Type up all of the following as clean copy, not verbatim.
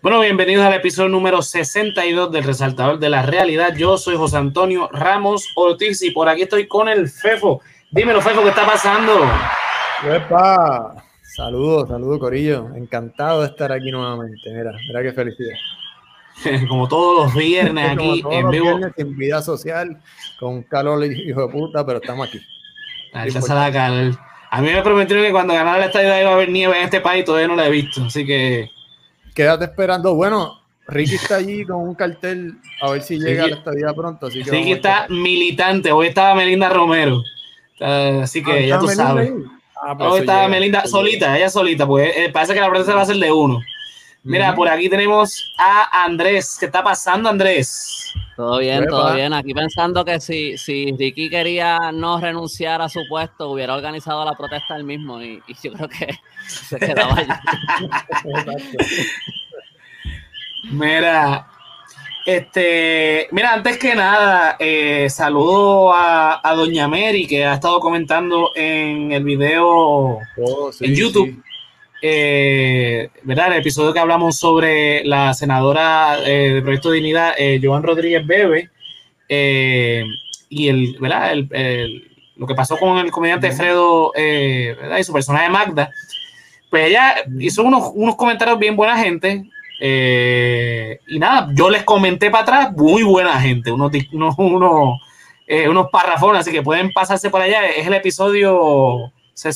Bueno, bienvenidos al episodio número 62 del Resaltador de la Realidad. Yo soy José Antonio Ramos Ortiz y por aquí estoy con el Fefo. Dímelo, Fefo, ¿qué está pasando? ¡Epa! Saludos, corillo. Encantado de estar aquí nuevamente. Mira qué felicidad. Como todos los viernes aquí Como todos en los vivo. viernes, sin vida social, con calor, hijo de puta, pero estamos aquí. A mí me prometieron que cuando ganara la estadía iba a haber nieve en este país, todavía no la he visto, así que... Quédate esperando. Bueno, Ricky está allí con un cartel a ver si llega a la estadía pronto, así que Ricky vamos a está militante. Hoy estaba Melinda Romero, así que ya tú sabes. Pues Hoy estaba llega, Melinda solita, ella solita, pues parece que la protesta va a ser de uno. Mira, por aquí tenemos a Andrés. ¿Qué está pasando, Andrés? Todo bien, todo bien. Aquí pensando que si Ricky quería no renunciar a su puesto, hubiera organizado la protesta él mismo y yo creo que se quedaba allí. Mira, antes que nada, saludo a Doña Mary, que ha estado comentando en el video en YouTube. Sí. ¿Verdad? El episodio que hablamos sobre la senadora de Proyecto de Dignidad, Joan Rodríguez Bebe, y ¿verdad? Lo que pasó con el comediante Fredo, ¿verdad? Y su personaje Magda. Pues ella hizo unos comentarios bien buena gente. Y nada, yo les comenté para atrás, muy buena gente, unos parrafones, así que pueden pasarse por allá. Es el episodio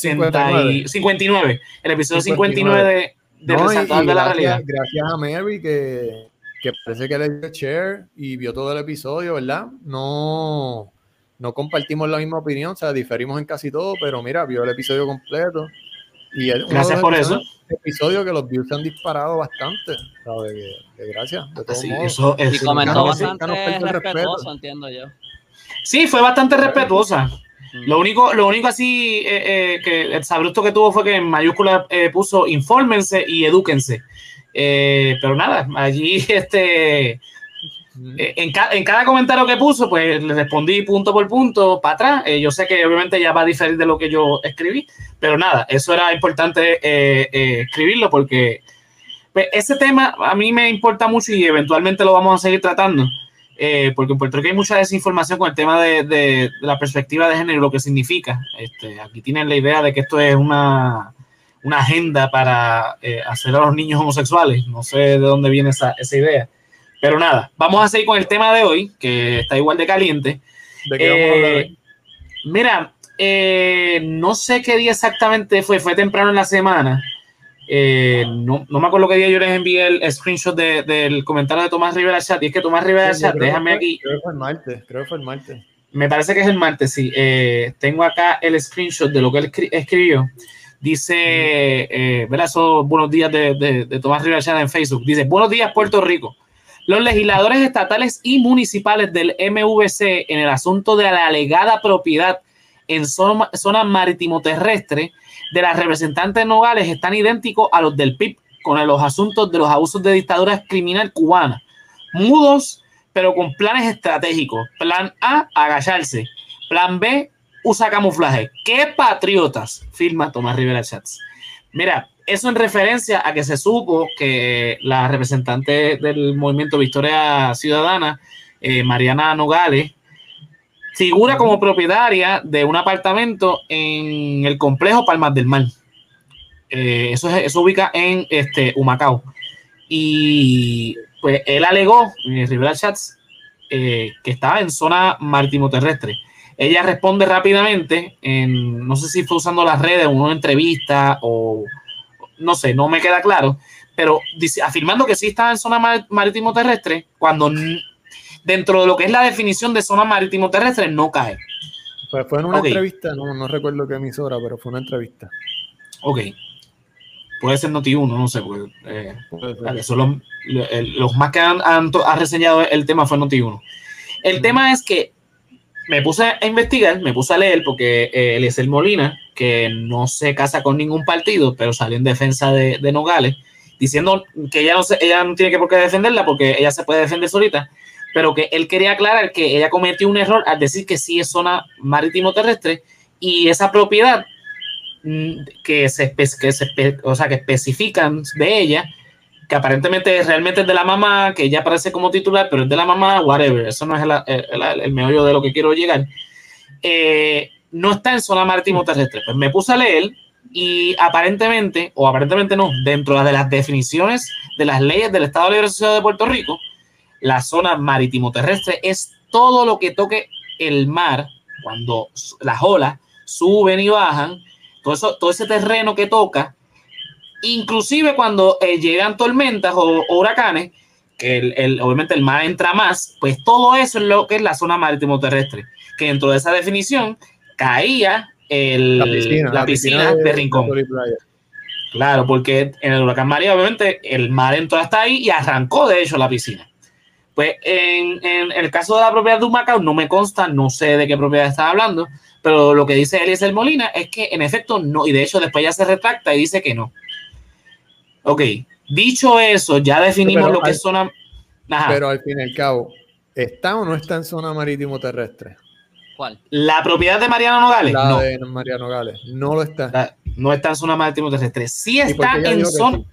59, el episodio 59 de Resaltador de la Realidad. Gracias a Mary que parece que le dio share y vio todo el episodio, ¿verdad? No compartimos la misma opinión, o sea, diferimos en casi todo, pero mira, vio el episodio completo. Y gracias por eso. Episodio que los views se han disparado bastante, ¿sabes? Gracias, de todos modos. Y comentó bastante respetuoso, entiendo yo. Sí, fue bastante respetuosa. Lo único así que el sabrusto que tuvo fue que en mayúscula puso infórmense y edúquense. Pero nada, allí en cada comentario que puso, pues le respondí punto por punto para atrás. Yo sé que obviamente ya va a diferir de lo que yo escribí, pero nada, eso era importante escribirlo porque pues, ese tema a mí me importa mucho y eventualmente lo vamos a seguir tratando, porque en Puerto Rico hay mucha desinformación con el tema de la perspectiva de género y lo que significa. Aquí tienen la idea de que esto es una agenda para hacer a los niños homosexuales. No sé de dónde viene esa idea. Pero nada, vamos a seguir con el tema de hoy, que está igual de caliente. ¿De qué vamos a hablar hoy? Mira, no sé qué día exactamente fue temprano en la semana. No me acuerdo qué día yo les envié el screenshot del comentario de Tomás Rivera Chat. Y es que Tomás Rivera Chat, déjame aquí. Creo que fue el martes. Me parece que es el martes, sí. Tengo acá el screenshot de lo que él escribió. Dice, ¿verdad? Buenos días de Tomás Rivera Chat en Facebook. Dice, buenos días, Puerto Rico. Los legisladores estatales y municipales del MVC en el asunto de la alegada propiedad en zona marítimo-terrestre de las representantes Nogales están idénticos a los del PIB con los asuntos de los abusos de dictadura criminal cubana. Mudos, pero con planes estratégicos. Plan A, agacharse. Plan B, usa camuflaje. ¡Qué patriotas! Firma Tomás Rivera Chats. Mira, eso en referencia a que se supo que la representante del movimiento Victoria Ciudadana, Mariana Nogales, figura como propietaria de un apartamento en el complejo Palmas del Mar. Eso ubica en Humacao. Y pues él alegó en Rivera Chats que estaba en zona marítimo-terrestre. Ella responde rápidamente, no sé si fue usando las redes, una entrevista o no sé, no me queda claro, pero afirmando que sí estaba en zona marítimo-terrestre, cuando dentro de lo que es la definición de zona marítimo-terrestre no cae. Pues fue en una entrevista, no recuerdo qué emisora, pero fue una entrevista. Ok. Puede ser Noti1, no sé, porque los más que han reseñado el tema fue Noti1. El tema es que me puse a investigar, me puse a leer, porque Eliezer Molina, que no se casa con ningún partido, pero salió en defensa de Nogales, diciendo que ella no tiene por qué defenderla, porque ella se puede defender solita, pero que él quería aclarar que ella cometió un error al decir que sí es zona marítimo-terrestre, y esa propiedad que especifican de ella que aparentemente realmente es de la mamá, que ella aparece como titular, pero es de la mamá, whatever, eso no es el meollo de lo que quiero llegar. No está en zona marítimo terrestre. Pues me puse a leer y aparentemente, o aparentemente no, dentro de las definiciones de las leyes del Estado Libre Asociado de Puerto Rico, la zona marítimo terrestre es todo lo que toque el mar cuando las olas suben y bajan, todo ese terreno que toca, inclusive cuando llegan tormentas o huracanes, que obviamente el mar entra más, pues todo eso es lo que es la zona marítimo terrestre, que dentro de esa definición caía la piscina de Rincón. Claro, porque en el huracán María, obviamente, el mar entró hasta ahí y arrancó, de hecho, la piscina. Pues en el caso de la propiedad de Humacao, no me consta, no sé de qué propiedad está hablando, pero lo que dice Eliezer Molina es que, en efecto, no, y de hecho después ya se retracta y dice que no. Ok, dicho eso, ya definimos lo que es zona... Ajá. Pero al fin y al cabo, ¿está o no está en zona marítimo terrestre? ¿Cuál? La propiedad de Mariano Nogales. La de Mariano Nogales. No lo está. No está en zona marítimo terrestre. Sí está en zona. Sí?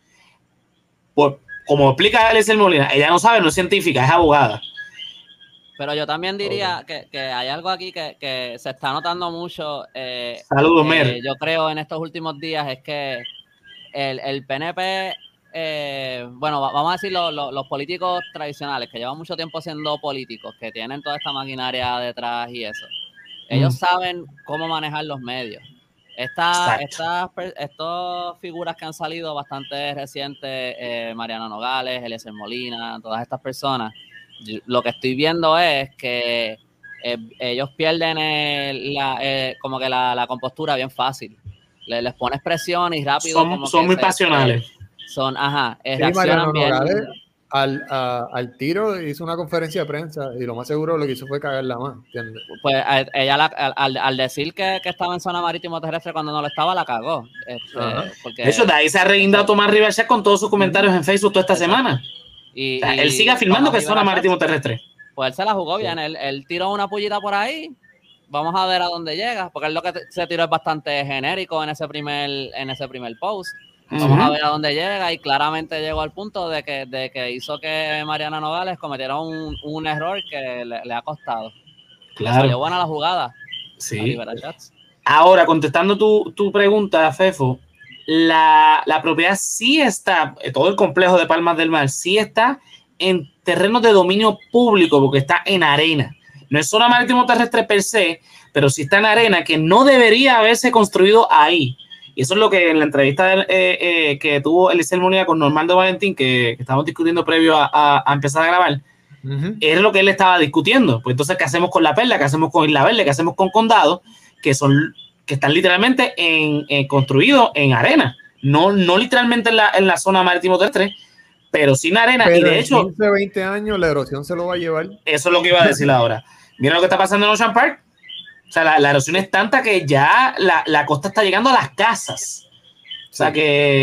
Como explica Eliezer Molina, ella no sabe, no es científica, es abogada. Pero yo también diría que hay algo aquí que se está notando mucho. Saludos, Mer. Yo creo en estos últimos días es que el PNP, bueno, vamos a decir los políticos tradicionales que llevan mucho tiempo siendo políticos, que tienen toda esta maquinaria detrás y eso, ellos saben cómo manejar los medios. Estas figuras que han salido bastante recientes, Mariano Nogales, Eliezer Molina, todas estas personas, lo que estoy viendo es que ellos pierden como que la compostura bien fácil. Les pones presión y rápido. Son muy pasionales. Reaccionan bien. Al tiro hizo una conferencia de prensa y lo más seguro lo que hizo fue cagarla más, ¿entiendes? Pues ella al decir que estaba en zona marítimo terrestre cuando no lo estaba, la cagó. Porque, de hecho, de ahí se ha reguindado Tomás Rivera con todos sus comentarios en Facebook toda esta semana. Él sigue afirmando que es zona marítimo terrestre. Pues él se la jugó bien. Él tiró una pullita por ahí. Vamos a ver a dónde llega, porque él lo que se tiró es bastante genérico en ese primer post. Vamos a ver a dónde llega, y claramente llegó al punto de que hizo que Mariana Nogales cometiera un error que le ha costado. Claro. Le salió buena la jugada. Sí. Ahora, contestando tu pregunta, Fefo, la propiedad sí está, todo el complejo de Palmas del Mar sí está en terrenos de dominio público, porque está en arena. No es zona marítimo terrestre per se, pero sí está en arena, que no debería haberse construido ahí. Y eso es lo que en la entrevista que tuvo Eliezer Molina con Normaldo Valentín, que estábamos discutiendo previo a empezar a grabar, es lo que él estaba discutiendo. Pues entonces, ¿qué hacemos con La Perla? ¿Qué hacemos con Isla Verde? ¿Qué hacemos con Condado? Que están literalmente construidos en arena. No literalmente en la zona marítimo terrestre, pero sin arena. Pero y de hecho, 15, 20 años la erosión se lo va a llevar. Eso es lo que iba a decir ahora. Mira lo que está pasando en Ocean Park. O sea, la erosión es tanta que ya la costa está llegando a las casas. O sea,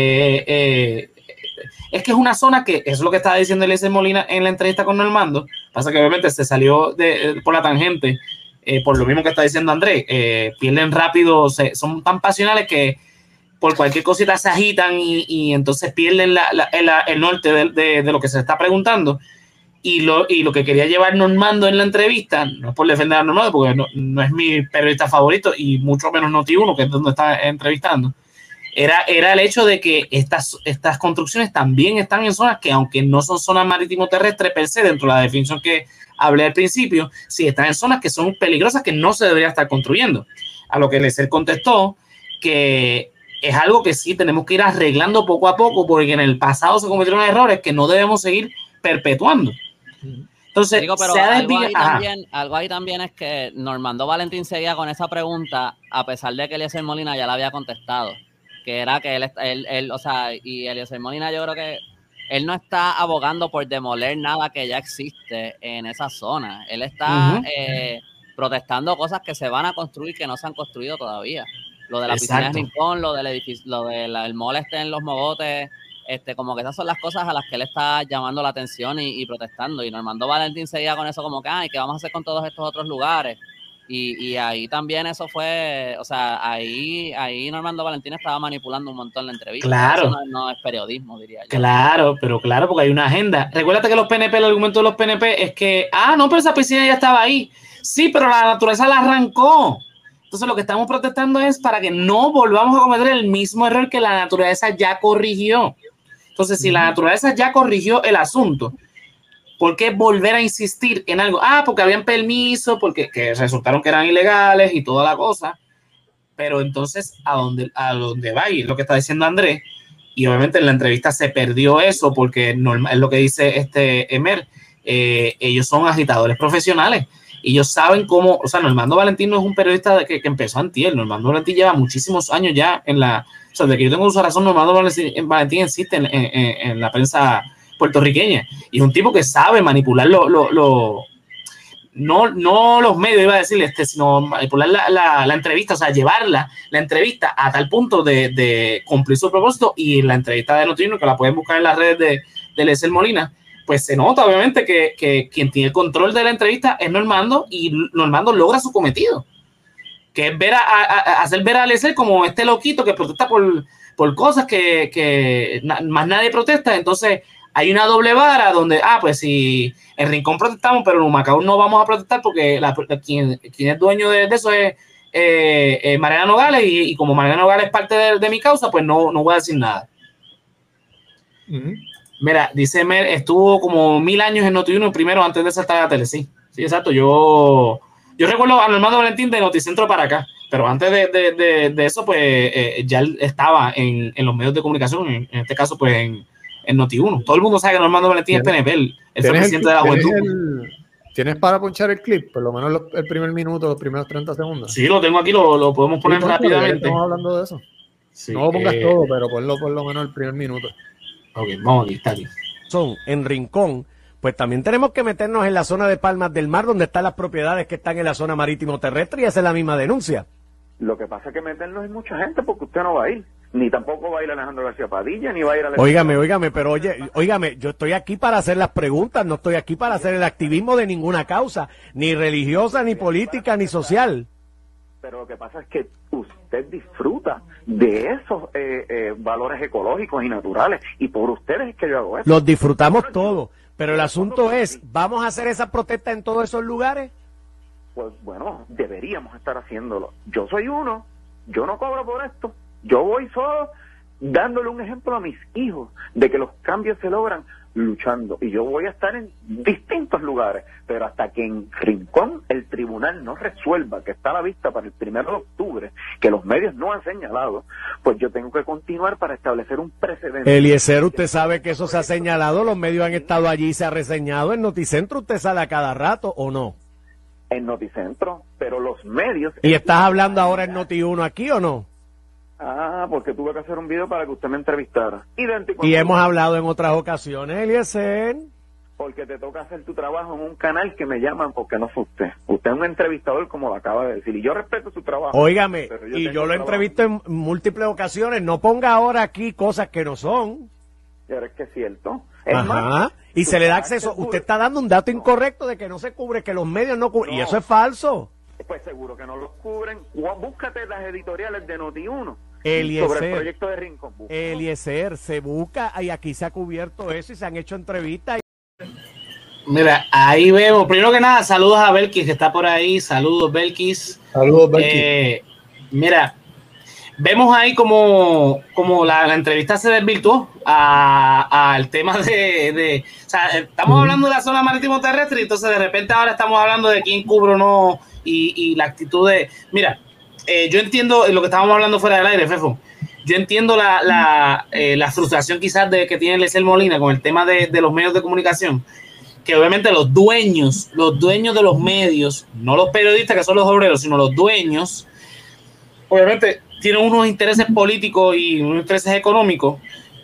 que es que es una zona que, eso es lo que estaba diciendo Eliezer Molina en la entrevista con Normando. Pasa que obviamente se salió por la tangente, por lo mismo que está diciendo Andrés. Pierden rápido, son tan pasionales que por cualquier cosita se agitan y entonces pierden el norte de lo que se está preguntando. Y lo que quería llevar Normando en la entrevista, no es por defender a Normando, porque no es mi periodista favorito, y mucho menos Noti1, que es donde está entrevistando, era el hecho de que estas construcciones también están en zonas que, aunque no son zonas marítimo terrestres per se, dentro de la definición que hablé al principio, sí están en zonas que son peligrosas, que no se debería estar construyendo. A lo que Eliezer contestó que es algo que sí tenemos que ir arreglando poco a poco, porque en el pasado se cometieron errores que no debemos seguir perpetuando. Entonces, pero algo ahí también es que Normando Valentín seguía con esa pregunta, a pesar de que Eliezer Molina ya la había contestado, que era que él, o sea, y Eliezer Molina, yo creo que él no está abogando por demoler nada que ya existe en esa zona. Él está protestando cosas que se van a construir que no se han construido todavía. Lo de la piscina de Rincón, lo del edificio, lo del mall en Los Mogotes, como que esas son las cosas a las que él está llamando la atención y protestando. Y Normando Valentín seguía con eso como que, ¿qué vamos a hacer con todos estos otros lugares? Y ahí también eso fue, o sea, ahí Normando Valentín estaba manipulando un montón la entrevista. Claro. Eso no es periodismo, diría yo. Claro, pero claro, porque hay una agenda. Recuérdate que los PNP, el argumento de los PNP es que, no, pero esa piscina ya estaba ahí. Sí, pero la naturaleza la arrancó. Entonces lo que estamos protestando es para que no volvamos a cometer el mismo error que la naturaleza ya corrigió. Entonces, si la naturaleza ya corrigió el asunto, ¿por qué volver a insistir en algo? Porque habían permisos, porque que resultaron que eran ilegales y toda la cosa. Pero entonces, ¿a dónde va? Y lo que está diciendo Andrés, y obviamente en la entrevista se perdió eso, porque es lo que dice Emer, ellos son agitadores profesionales. Y ellos saben cómo, o sea, Normando Valentín no es un periodista que empezó antier. Normando Valentín lleva muchísimos años ya o sea, de que yo tengo uso de razón, Normando Valentín existe en la prensa puertorriqueña. Y es un tipo que sabe manipular no los medios, iba a decir, sino manipular la entrevista, o sea, llevarla, la entrevista a tal punto de cumplir su propósito. Y la entrevista de Noti1, que la pueden buscar en las redes de Lesel Molina, pues se nota obviamente que quien tiene el control de la entrevista es Normando, y Normando logra su cometido, que es hacer ver a Lesel como este loquito que protesta por cosas que más nadie protesta. Entonces hay una doble vara donde, pues si en Rincón protestamos, pero en Humacao no vamos a protestar porque quien es dueño de eso es Mariana Nogales, y como Mariana Nogales es parte de mi causa, pues no voy a decir nada. Mira, dice Mer, estuvo como 1000 años en Noti1 primero antes de saltar a la tele. Sí, exacto. Yo recuerdo a Normando Valentín de Noticentro para acá, pero antes de eso, pues ya estaba en los medios de comunicación, en este caso, pues en Noti1. Todo el mundo sabe que Normando Valentín es PNP, el presidente de la juventud. ¿Tienes para ponchar el clip? Por lo menos el primer minuto, los primeros 30 segundos. Sí, lo tengo aquí, lo podemos poner rápidamente. Estamos hablando de eso. Sí, no lo pongas todo, pero ponlo por lo menos el primer minuto. Ok, vamos aquí, está aquí. En Rincón, pues también tenemos que meternos en la zona de Palmas del Mar, donde están las propiedades que están en la zona marítimo terrestre, y esa es la misma denuncia. Lo que pasa es que meternos hay mucha gente, porque usted no va a ir, ni tampoco va a ir Alejandro García Padilla, ni va a ir Óigame, pero óigame, yo estoy aquí para hacer las preguntas, no estoy aquí para hacer el activismo de ninguna causa, ni religiosa, ni política, ni social. Pero lo que pasa es que usted disfruta de esos valores ecológicos y naturales, y por ustedes es que yo hago eso. Los disfrutamos todos, pero el asunto es, ¿vamos a hacer esa protesta en todos esos lugares? Pues bueno, deberíamos estar haciéndolo. Yo soy uno, yo no cobro por esto, yo voy solo dándole un ejemplo a mis hijos de que los cambios se logran luchando, y yo voy a estar en distintos lugares, pero hasta que en Rincón el tribunal no resuelva, que está a la vista para el 1 de octubre, que los medios no han señalado, pues yo tengo que continuar para establecer un precedente. Eliezer, usted sabe que eso se ha señalado, los medios han estado allí, se ha reseñado. En Noticentro usted sale a cada rato, ¿o no? En Noticentro, pero los medios... ¿Y estás hablando ahora en Noti1 aquí o no? Porque tuve que hacer un video para que usted me entrevistara. Y hemos hablado en otras ocasiones, Eliezer. Porque te toca hacer tu trabajo en un canal que me llaman porque no fue usted. Usted es un entrevistador, como lo acaba de decir, y yo respeto su trabajo. Óigame, y yo lo entrevisto en múltiples ocasiones. No ponga ahora aquí cosas que no son. Pero es que es cierto. Ajá. Y se le da acceso. Usted está dando un dato incorrecto de que no se cubre, que los medios no cubren. Y eso es falso. Pues seguro que no los cubren. Búscate las editoriales de Noti1 Eliezer, sobre el proyecto de Rincón. Eliezer, se busca, y aquí se ha cubierto eso y se han hecho entrevistas. Mira, ahí vemos. Primero que nada, saludos a Belkis, que está por ahí. Saludos, Belkis. Saludos, Belkis. Mira, vemos ahí como la entrevista se desvirtuó al tema de o sea, estamos hablando de la zona marítimo terrestre, y entonces de repente ahora estamos hablando de quién cubre o no, y la actitud de... Mira, yo entiendo lo que estábamos hablando fuera del aire, Fefo. Yo entiendo la frustración quizás que tiene Lesel Molina con el tema de los medios de comunicación, que obviamente los dueños de los medios, no los periodistas que son los obreros, sino los dueños, obviamente tienen unos intereses políticos y unos intereses económicos,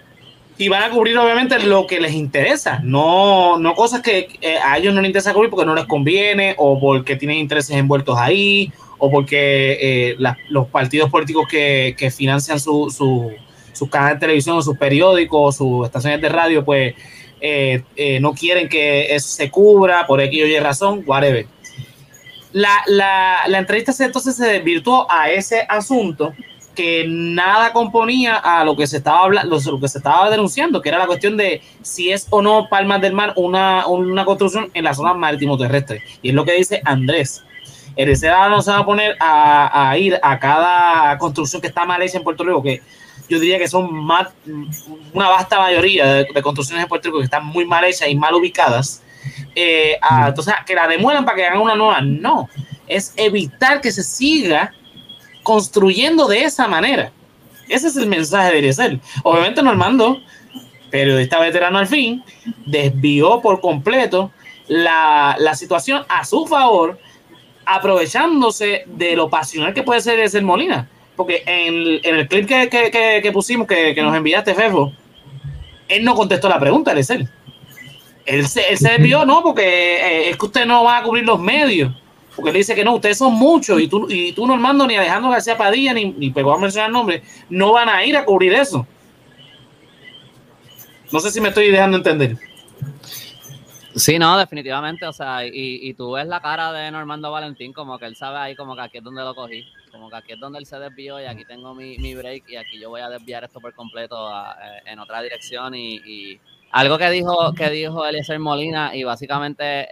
y van a cubrir obviamente lo que les interesa, no cosas que a ellos no les interesa cubrir porque no les conviene, o porque tienen intereses envueltos ahí, o porque los partidos políticos que financian sus canales de televisión, o sus periódicos, o sus estaciones de radio, pues no quieren que eso se cubra por X o Y razón, whatever. la entrevista entonces se desvirtuó a ese asunto que nada componía a lo que se estaba hablando, lo que se estaba denunciando, que era la cuestión de si es o no Palmas del Mar una construcción en la zona marítimo terrestre. Y es lo que dice Andrés. El ECA no se va a poner a ir a cada construcción que está mal hecha en Puerto Rico, que yo diría que son una vasta mayoría de construcciones en Puerto Rico que están muy mal hechas y mal ubicadas, entonces que la demuelan para que hagan una nueva. No, es evitar que se siga construyendo de esa manera. Ese es el mensaje de Eliezer. Obviamente Normando, periodista veterano al fin, desvió por completo la situación a su favor, aprovechándose de lo pasional que puede ser Eliezer Molina, porque en el clip que pusimos, que nos enviaste, Fefo, él no contestó la pregunta, Eliezer. Él se desvió, no, porque es que usted no va a cubrir los medios, porque él dice que no, ustedes son muchos, y tú Normando, ni Alejandro García Padilla, ni pegó a mencionar el nombre, no van a ir a cubrir eso. No sé si me estoy dejando entender. Sí, no, definitivamente, o sea, y tú ves la cara de Normando Valentín, como que él sabe ahí, como que aquí es donde lo cogí, como que aquí es donde él se desvió y aquí tengo mi break y aquí yo voy a desviar esto por completo en otra dirección y algo que dijo Eliezer Molina y básicamente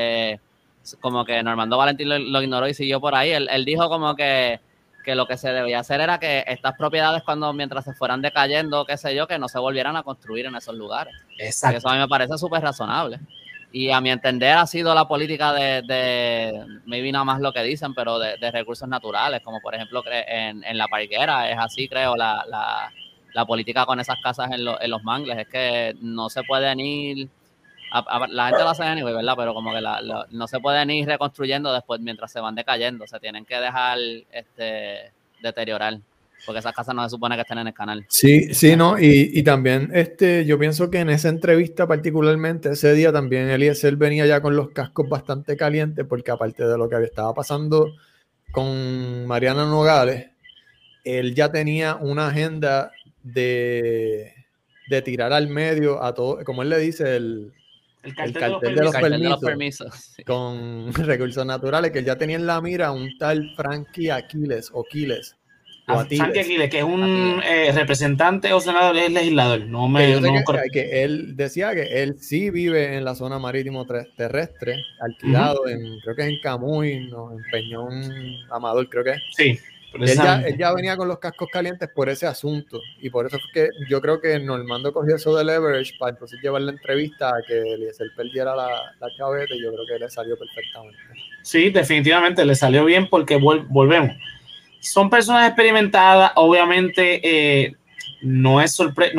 como que Normando Valentín lo ignoró y siguió por ahí. Él dijo como que lo que se debía hacer era que estas propiedades mientras se fueran decayendo, qué sé yo, que no se volvieran a construir en esos lugares. Exacto. Eso a mí me parece súper razonable. Y a mi entender ha sido la política de maybe nada más lo que dicen, pero de recursos naturales, como por ejemplo en La Parguera, es así creo la política con esas casas en los mangles, es que no se pueden ir, la gente lo hace anyway, ¿verdad? Pero como que no se pueden ir reconstruyendo después mientras se van decayendo, se tienen que dejar deteriorar, porque esas casas no se supone que estén en el canal. Sí, no, y también yo pienso que en esa entrevista particularmente, ese día también Eliezer venía ya con los cascos bastante calientes, porque aparte de lo que estaba pasando con Mariana Nogales, él ya tenía una agenda de tirar al medio a todo, como él le dice, el cartel de los permisos sí, con recursos naturales, que él ya tenía en la mira un tal Frankie Aquiles o Quiles. Frankie Aquiles, que es un representante o senador, es legislador. Que él decía que él sí vive en la zona marítimo terrestre, alquilado creo que es en Camuy, no, en Peñón Amador, creo que es. Sí. Él ya venía con los cascos calientes por ese asunto, y por eso es que yo creo que Normando cogió eso de leverage para entonces llevar la entrevista a que Eliezer perdiera la chaveta, y yo creo que le salió perfectamente. Sí, definitivamente le salió bien, porque volvemos. Son personas experimentadas, obviamente no es sorpresa,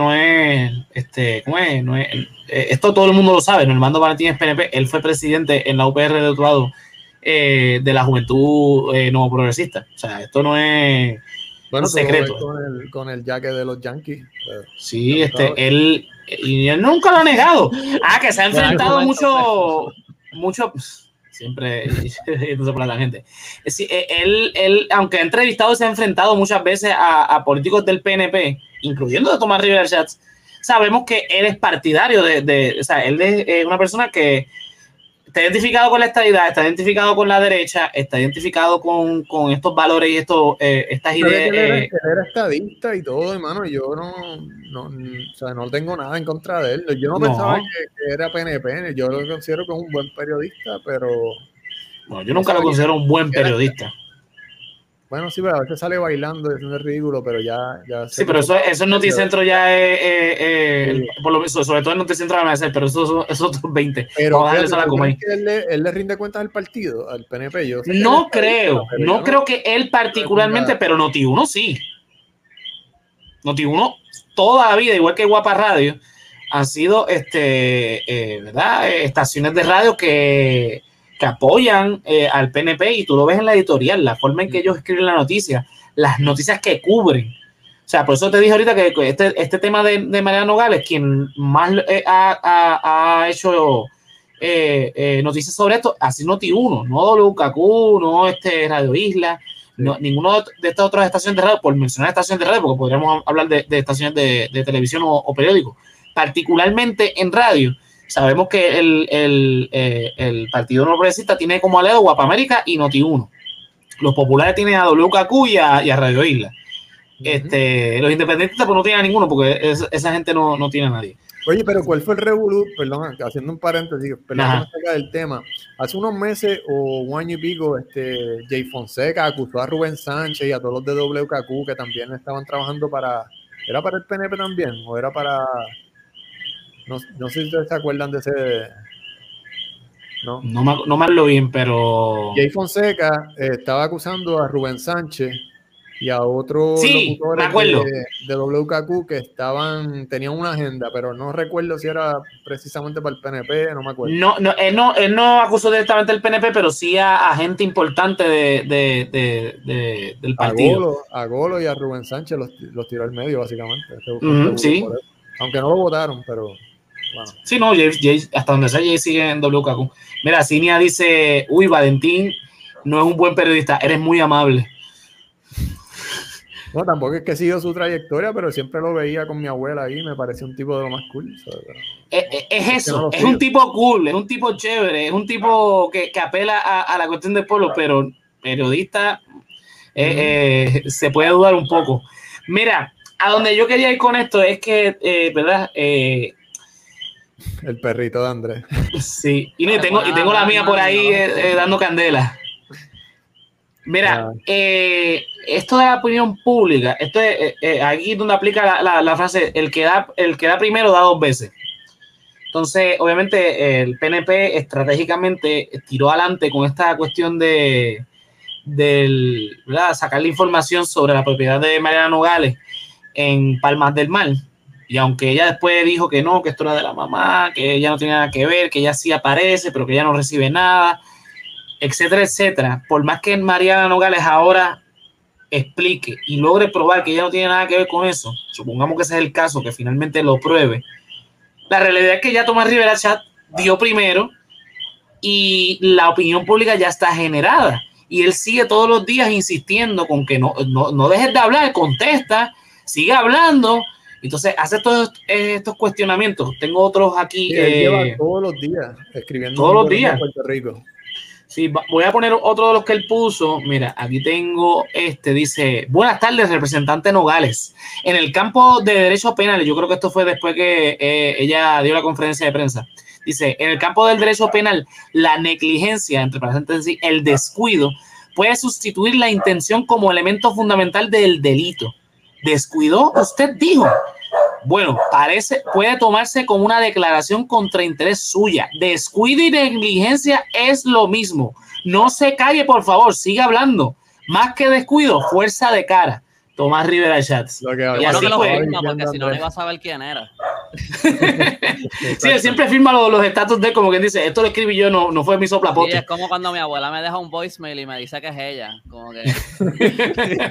esto todo el mundo lo sabe. Normando Valentín es PNP, él fue presidente en la UPR de Utuado de la Juventud Nuevo Progresista. O sea, esto no es un secreto. Con el jaque de los Yankees. Sí, él nunca lo ha negado. Que se ha enfrentado mucho. Siempre entonces para la gente. Él, aunque ha entrevistado, se ha enfrentado muchas veces a políticos del PNP, incluyendo de Tomás Rivera Schatz. Sabemos que él es partidario o sea, él es una persona que está identificado con la estadidad, está identificado con la derecha, está identificado con estos valores y estas ideas. Él era estadista y todo, hermano. Yo no tengo nada en contra de él. Yo no pensaba que era PNP. Yo lo considero como un buen periodista, pero... Bueno, yo nunca lo considero un buen periodista. Bueno, sí, pero a veces sale bailando, es un ridículo, pero ya sí, pero eso en Noticentro ya es por lo menos, sobre todo en Noticentro van a hacer, pero eso es otros 20. Pero él le rinde cuentas al partido, al PNP. No creo que él particularmente, pero Noti1 sí. Noti1 toda la vida, igual que Guapa Radio, han sido ¿verdad? Estaciones de radio que apoyan al PNP, y tú lo ves en la editorial, la forma en que ellos escriben la noticia, las noticias que cubren. O sea, por eso te dije ahorita que este tema de Mariana Nogales, quien más ha hecho noticias sobre esto, así Noti1, no WKQ, no Radio Isla, no, ninguno de estas otras estaciones de radio, por mencionar estaciones de radio, porque podríamos hablar de estaciones de televisión o periódicos, particularmente en radio. sabemos que el Partido No Progresista tiene como aliado Guapamérica y Noti1. Los populares tienen a WKQ y a Radio Isla. Los independentistas pues no tienen a ninguno porque esa gente no tiene a nadie. Oye, pero ¿cuál fue el revolú? Perdón, haciendo un paréntesis, perdón que me saca del tema. Hace unos meses o un año y pico, Jay Fonseca acusó a Rubén Sánchez y a todos los de WKQ que también estaban trabajando ¿era para el PNP también? ¿O era para...? No sé si ustedes se acuerdan de ese... No me acuerdo bien, pero... Jay Fonseca estaba acusando a Rubén Sánchez y a otros locutores de WKQ que tenían una agenda, pero no recuerdo si era precisamente para el PNP, no me acuerdo. Él no acusó directamente al PNP, pero sí a gente importante del partido. A Golo y a Rubén Sánchez los tiró al medio, básicamente. Sí. Aunque no lo votaron, pero bueno. Sí, no, Jay, hasta donde sea, Jay sigue en WKQ. Mira, Cinia dice, Valentín no es un buen periodista, eres muy amable. No, tampoco es que sigo su trayectoria, pero siempre lo veía con mi abuela ahí, me parecía un tipo de lo más cool. Es eso, es un tipo cool, es un tipo chévere, es un tipo que apela a la cuestión del pueblo, pero periodista se puede dudar un poco. Mira, a donde yo quería ir con esto es que, ¿verdad? El perrito de Andrés. Sí, y tengo la mía por ahí dando candela. Mira, esto de la opinión pública, esto es aquí donde aplica la frase, el que da primero da dos veces. Entonces, obviamente, el PNP estratégicamente tiró adelante con esta cuestión de sacar la información sobre la propiedad de Mariana Nogales en Palmas del Mar. Y aunque ella después dijo que no, que esto era de la mamá, que ella no tiene nada que ver, que ella sí aparece, pero que ella no recibe nada, etcétera, etcétera. Por más que Mariana Nogales ahora explique y logre probar que ella no tiene nada que ver con eso, supongamos que ese es el caso, que finalmente lo pruebe, la realidad es que ya Tomás Rivera Chat dio primero y la opinión pública ya está generada. Y él sigue todos los días insistiendo con que no dejes de hablar, contesta, sigue hablando. Entonces hace todos estos cuestionamientos. Tengo otros aquí. Él lleva todos los días escribiendo. Todos los días. Puerto Rico. Sí, voy a poner otro de los que él puso. Mira, aquí tengo dice, buenas tardes, representante Nogales. En el campo de derecho penal, yo creo que esto fue después que ella dio la conferencia de prensa. Dice, en el campo del derecho penal, la negligencia, entre paréntesis, el descuido, puede sustituir la intención como elemento fundamental del delito. ¿Descuidó? Usted dijo. Bueno, puede tomarse como una declaración contra interés suya. Descuido y negligencia es lo mismo. No se calle, por favor, siga hablando. Más que descuido, fuerza de cara. Tomás Rivera Chats. Y así que lo firma, porque si no, no iba a saber quién era. Sí, él siempre firma los estatus de él, como quien dice, esto lo escribí yo, no fue mi soplapote. Sí, es como cuando mi abuela me deja un voicemail y me dice que es ella. Como que...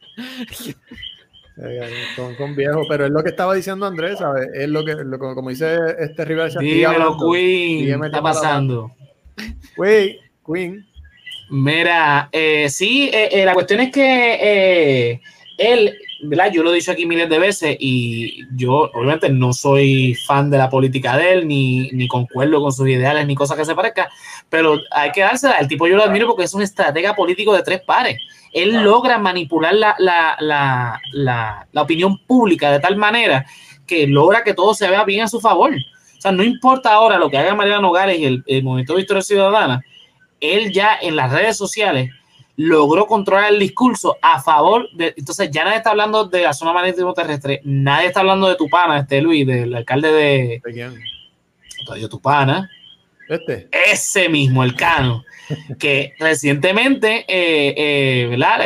Son viejos, pero es lo que estaba diciendo Andrés, ¿sabes? Es lo que como dice Rivera Chat. Dímelo, Queen, ¿qué está pasando? Queen. Mira, sí, la cuestión es que él, ¿verdad? Yo lo he dicho aquí miles de veces y yo obviamente no soy fan de la política de él, ni concuerdo con sus ideales, ni cosas que se parezcan, pero hay que dársela. El tipo yo lo admiro porque es un estratega político de tres pares. Él logra manipular la opinión pública de tal manera que logra que todo se vea bien a su favor. O sea, no importa ahora lo que haga Mariana Nogales y el Movimiento Victoria Ciudadana, él ya en las redes sociales logró controlar el discurso a favor de... Entonces ya nadie está hablando de la zona marítimo terrestre, nadie está hablando de Tupana, Luis, del alcalde de... ¿De quién? De Tupana. Ese mismo, el Cano, que recientemente, ¿verdad?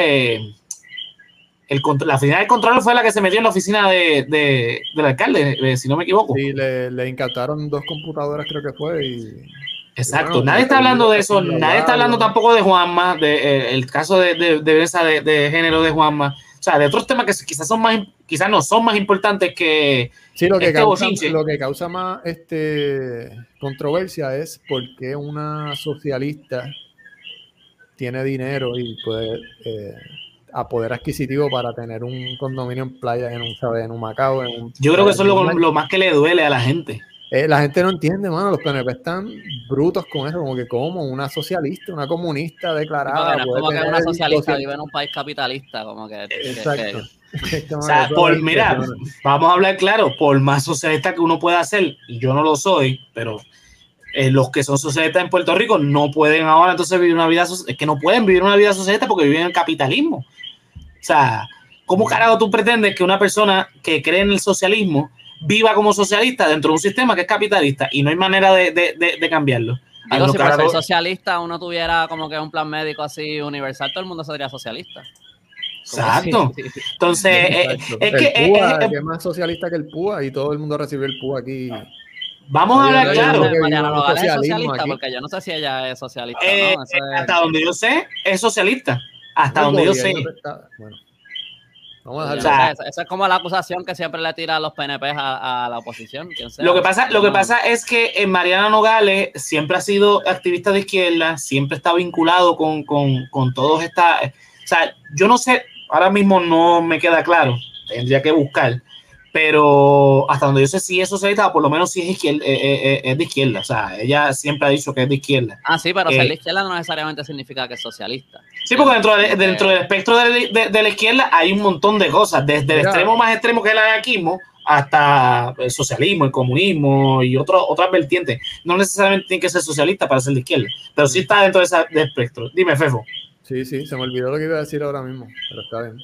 La oficina del control fue la que se metió en la oficina del alcalde, si no me equivoco. Sí, le incautaron 2 computadoras, creo que fue. Exacto, bueno, nadie está hablando de eso, nadie está hablando tampoco de Juanma, el caso de violencia de género de Juanma. O sea, de otros temas que quizás no son más importantes que sí, lo que causa más controversia es por qué una socialista tiene dinero y puede a poder adquisitivo para tener un condominio en playa en un Macao. Yo creo que eso es lo más que le duele a la gente. La gente no entiende, mano, los PNP están brutos con eso, como que como una socialista, una comunista declarada. No es como que una socialista vive en un país capitalista, como que... Exacto. O sea, mira, vamos a hablar claro, por más socialista que uno pueda ser, y yo no lo soy, pero los que son socialistas en Puerto Rico no pueden ahora entonces vivir una vida, es que no pueden vivir una vida socialista porque viven en el capitalismo. O sea, ¿cómo carajo tú pretendes que una persona que cree en el socialismo viva como socialista dentro de un sistema que es capitalista y no hay manera de cambiarlo? Digo, si por ser socialista uno tuviera como que un plan médico así universal, todo el mundo sería socialista. Exacto. Entonces, es que el PUA, que es más socialista que el PUA y todo el mundo recibió el PUA aquí. Vamos a hablar claro. Mariana Nogales es socialista, porque yo no sé si ella es socialista. ¿No? Hasta donde yo sé, es socialista. Hasta donde yo sé. Bueno. Vamos a dejarlo. Esa es como la acusación que siempre le tira a los PNP a la oposición. Lo que pasa es que Mariana Nogales siempre ha sido activista de izquierda, siempre está vinculado con todos estas... O sea, yo no sé, ahora mismo no me queda claro, tendría que buscar, pero hasta donde yo sé si es socialista, o por lo menos si es de izquierda. O sea, ella siempre ha dicho que es de izquierda. Ah, sí, pero ser de izquierda no necesariamente significa que es socialista. Sí, porque dentro del espectro de la izquierda hay un montón de cosas, desde el extremo más extremo que es el anarquismo hasta el socialismo, el comunismo y otras vertientes. No necesariamente tiene que ser socialista para ser de izquierda, pero sí está dentro de ese espectro. Dime, Fefo. Sí, se me olvidó lo que iba a decir ahora mismo, pero está bien.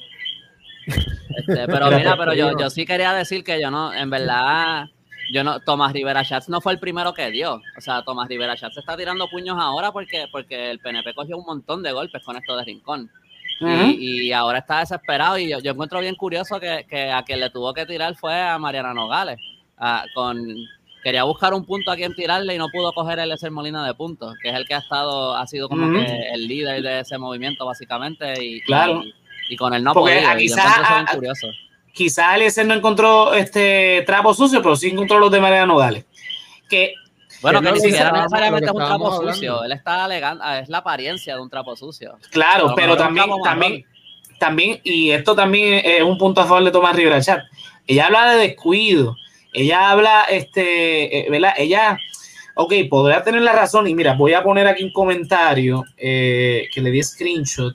Pero mira, pero yo sí quería decir que yo no, en verdad, Tomás Rivera Schatz no fue el primero que dio. O sea, Tomás Rivera Schatz está tirando puños ahora porque el PNP cogió un montón de golpes con esto de Rincón. Y ahora está desesperado. Y yo encuentro bien curioso que a quien le tuvo que tirar fue a Mariana Nogales. Quería buscar un punto a quien tirarle y no pudo coger el Eliezer Molina de puntos, que es el que ha sido como que el líder de ese movimiento, básicamente. Claro. Y con él no podía. Quizás Eliezer no encontró trapo sucio, pero sí encontró los de Mariana Nogales. Bueno, que ni siquiera necesariamente es un trapo sucio. Él está alegando, es la apariencia de un trapo sucio. Claro, pero también, y esto también es un punto a favor de Tomás Rivera Schatz. Ella habla de descuido. Ella habla, ¿verdad? Ella, podría tener la razón. Y mira, voy a poner aquí un comentario que le di screenshot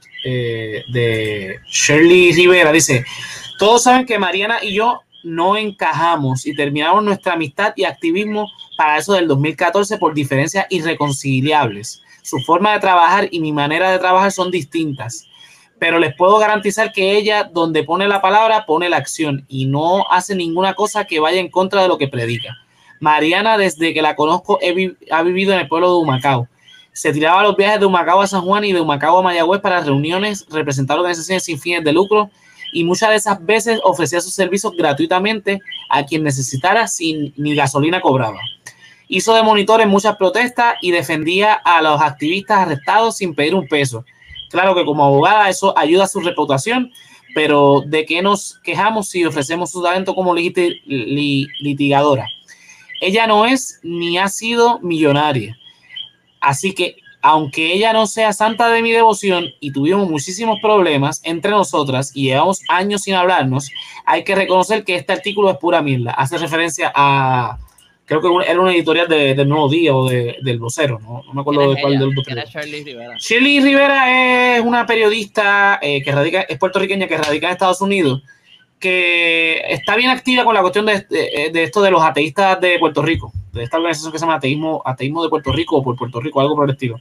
de Shirley Rivera. Dice: todos saben que Mariana y yo no encajamos y terminamos nuestra amistad y activismo para eso del 2014 por diferencias irreconciliables. Su forma de trabajar y mi manera de trabajar son distintas. Pero les puedo garantizar que ella, donde pone la palabra, pone la acción y no hace ninguna cosa que vaya en contra de lo que predica. Mariana, desde que la conozco, ha vivido en el pueblo de Humacao. Se tiraba los viajes de Humacao a San Juan y de Humacao a Mayagüez para reuniones, representar organizaciones sin fines de lucro y muchas de esas veces ofrecía sus servicios gratuitamente a quien necesitara sin ni gasolina cobraba. Hizo de monitor en muchas protestas y defendía a los activistas arrestados sin pedir un peso. Claro que como abogada eso ayuda a su reputación, pero ¿de qué nos quejamos si ofrecemos su talento como litigadora? Ella no es ni ha sido millonaria. Así que, aunque ella no sea santa de mi devoción y tuvimos muchísimos problemas entre nosotras y llevamos años sin hablarnos, hay que reconocer que este artículo es pura mierda. Hace referencia a... Creo que era una editorial del Nuevo Día o del Vocero, no me acuerdo de cuál del ¿Quién es Shirley Rivera? Shirley Rivera es una periodista es puertorriqueña que radica en Estados Unidos, que está bien activa con la cuestión de esto de los ateístas de Puerto Rico, de esta organización que se llama Ateísmo de Puerto Rico o por Puerto Rico, algo por el estilo.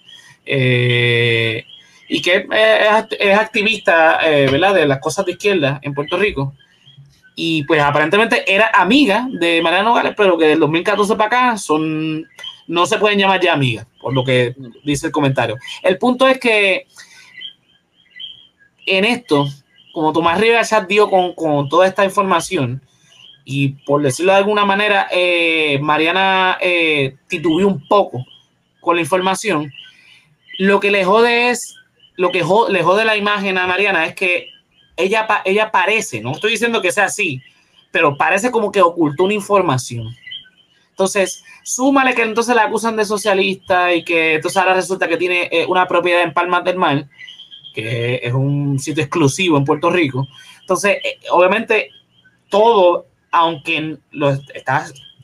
Y que es activista, ¿verdad?, de las cosas de izquierda en Puerto Rico. Y pues aparentemente era amiga de Mariana Nogales, pero que del 2014 para acá no se pueden llamar ya amigas, por lo que dice el comentario. El punto es que en esto, como Tomás Rivera Schatz dio con toda esta información, y por decirlo de alguna manera, Mariana titubeó un poco con la información, lo que le jode la imagen a Mariana es que ella parece, no estoy diciendo que sea así, pero parece como que ocultó una información. Entonces, súmale que entonces la acusan de socialista y que entonces ahora resulta que tiene una propiedad en Palmas del Mar, que es un sitio exclusivo en Puerto Rico. Entonces, obviamente, todo, aunque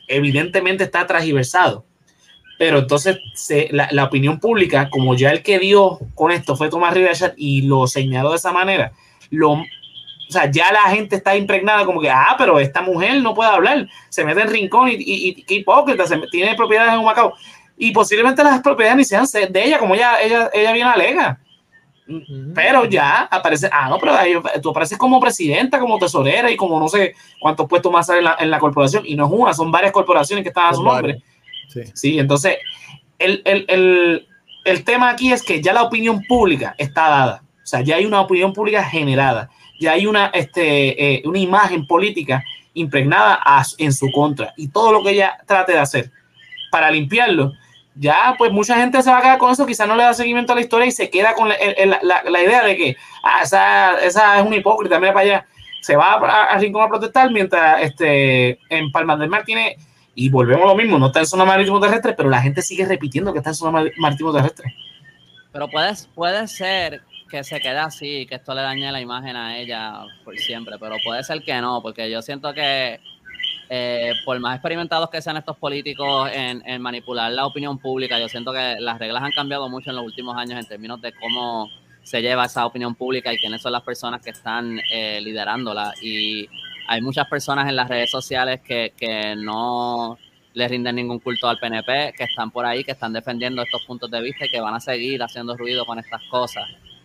evidentemente está transgiversado. Pero entonces la opinión pública, como ya el que dio con esto fue Tomás Rivera Chat y lo señaló de esa manera, o sea, ya la gente está impregnada como que, pero esta mujer no puede hablar, se mete en rincón y qué hipócrita, tiene propiedades en Humacao. Y posiblemente las propiedades ni sean de ella, como ella bien alega. Pero ya aparece, no, pero tú apareces como presidenta, como tesorera y como no sé cuántos puestos más hay en la corporación. Y no es una, son varias corporaciones que están a su nombre. Sí, entonces el tema aquí es que ya la opinión pública está dada. O sea, ya hay una opinión pública generada. Ya hay una imagen política impregnada en su contra. Y todo lo que ella trate de hacer para limpiarlo, ya pues mucha gente se va a quedar con eso, quizás no le da seguimiento a la historia y se queda con la idea de que esa es una hipócrita, mira para allá, se va a Rincón a protestar mientras en Palmas del Mar tiene, y volvemos a lo mismo, no está en zona marítimo terrestre, pero la gente sigue repitiendo que está en zona marítimo terrestre. Pero puede ser que se quede así, que esto le dañe la imagen a ella por siempre, pero puede ser que no, porque yo siento que por más experimentados que sean estos políticos en manipular la opinión pública, yo siento que las reglas han cambiado mucho en los últimos años en términos de cómo se lleva esa opinión pública y quiénes son las personas que están liderándola. Y hay muchas personas en las redes sociales que no les rinden ningún culto al PNP, que están por ahí, que están defendiendo estos puntos de vista y que van a seguir haciendo ruido con estas cosas.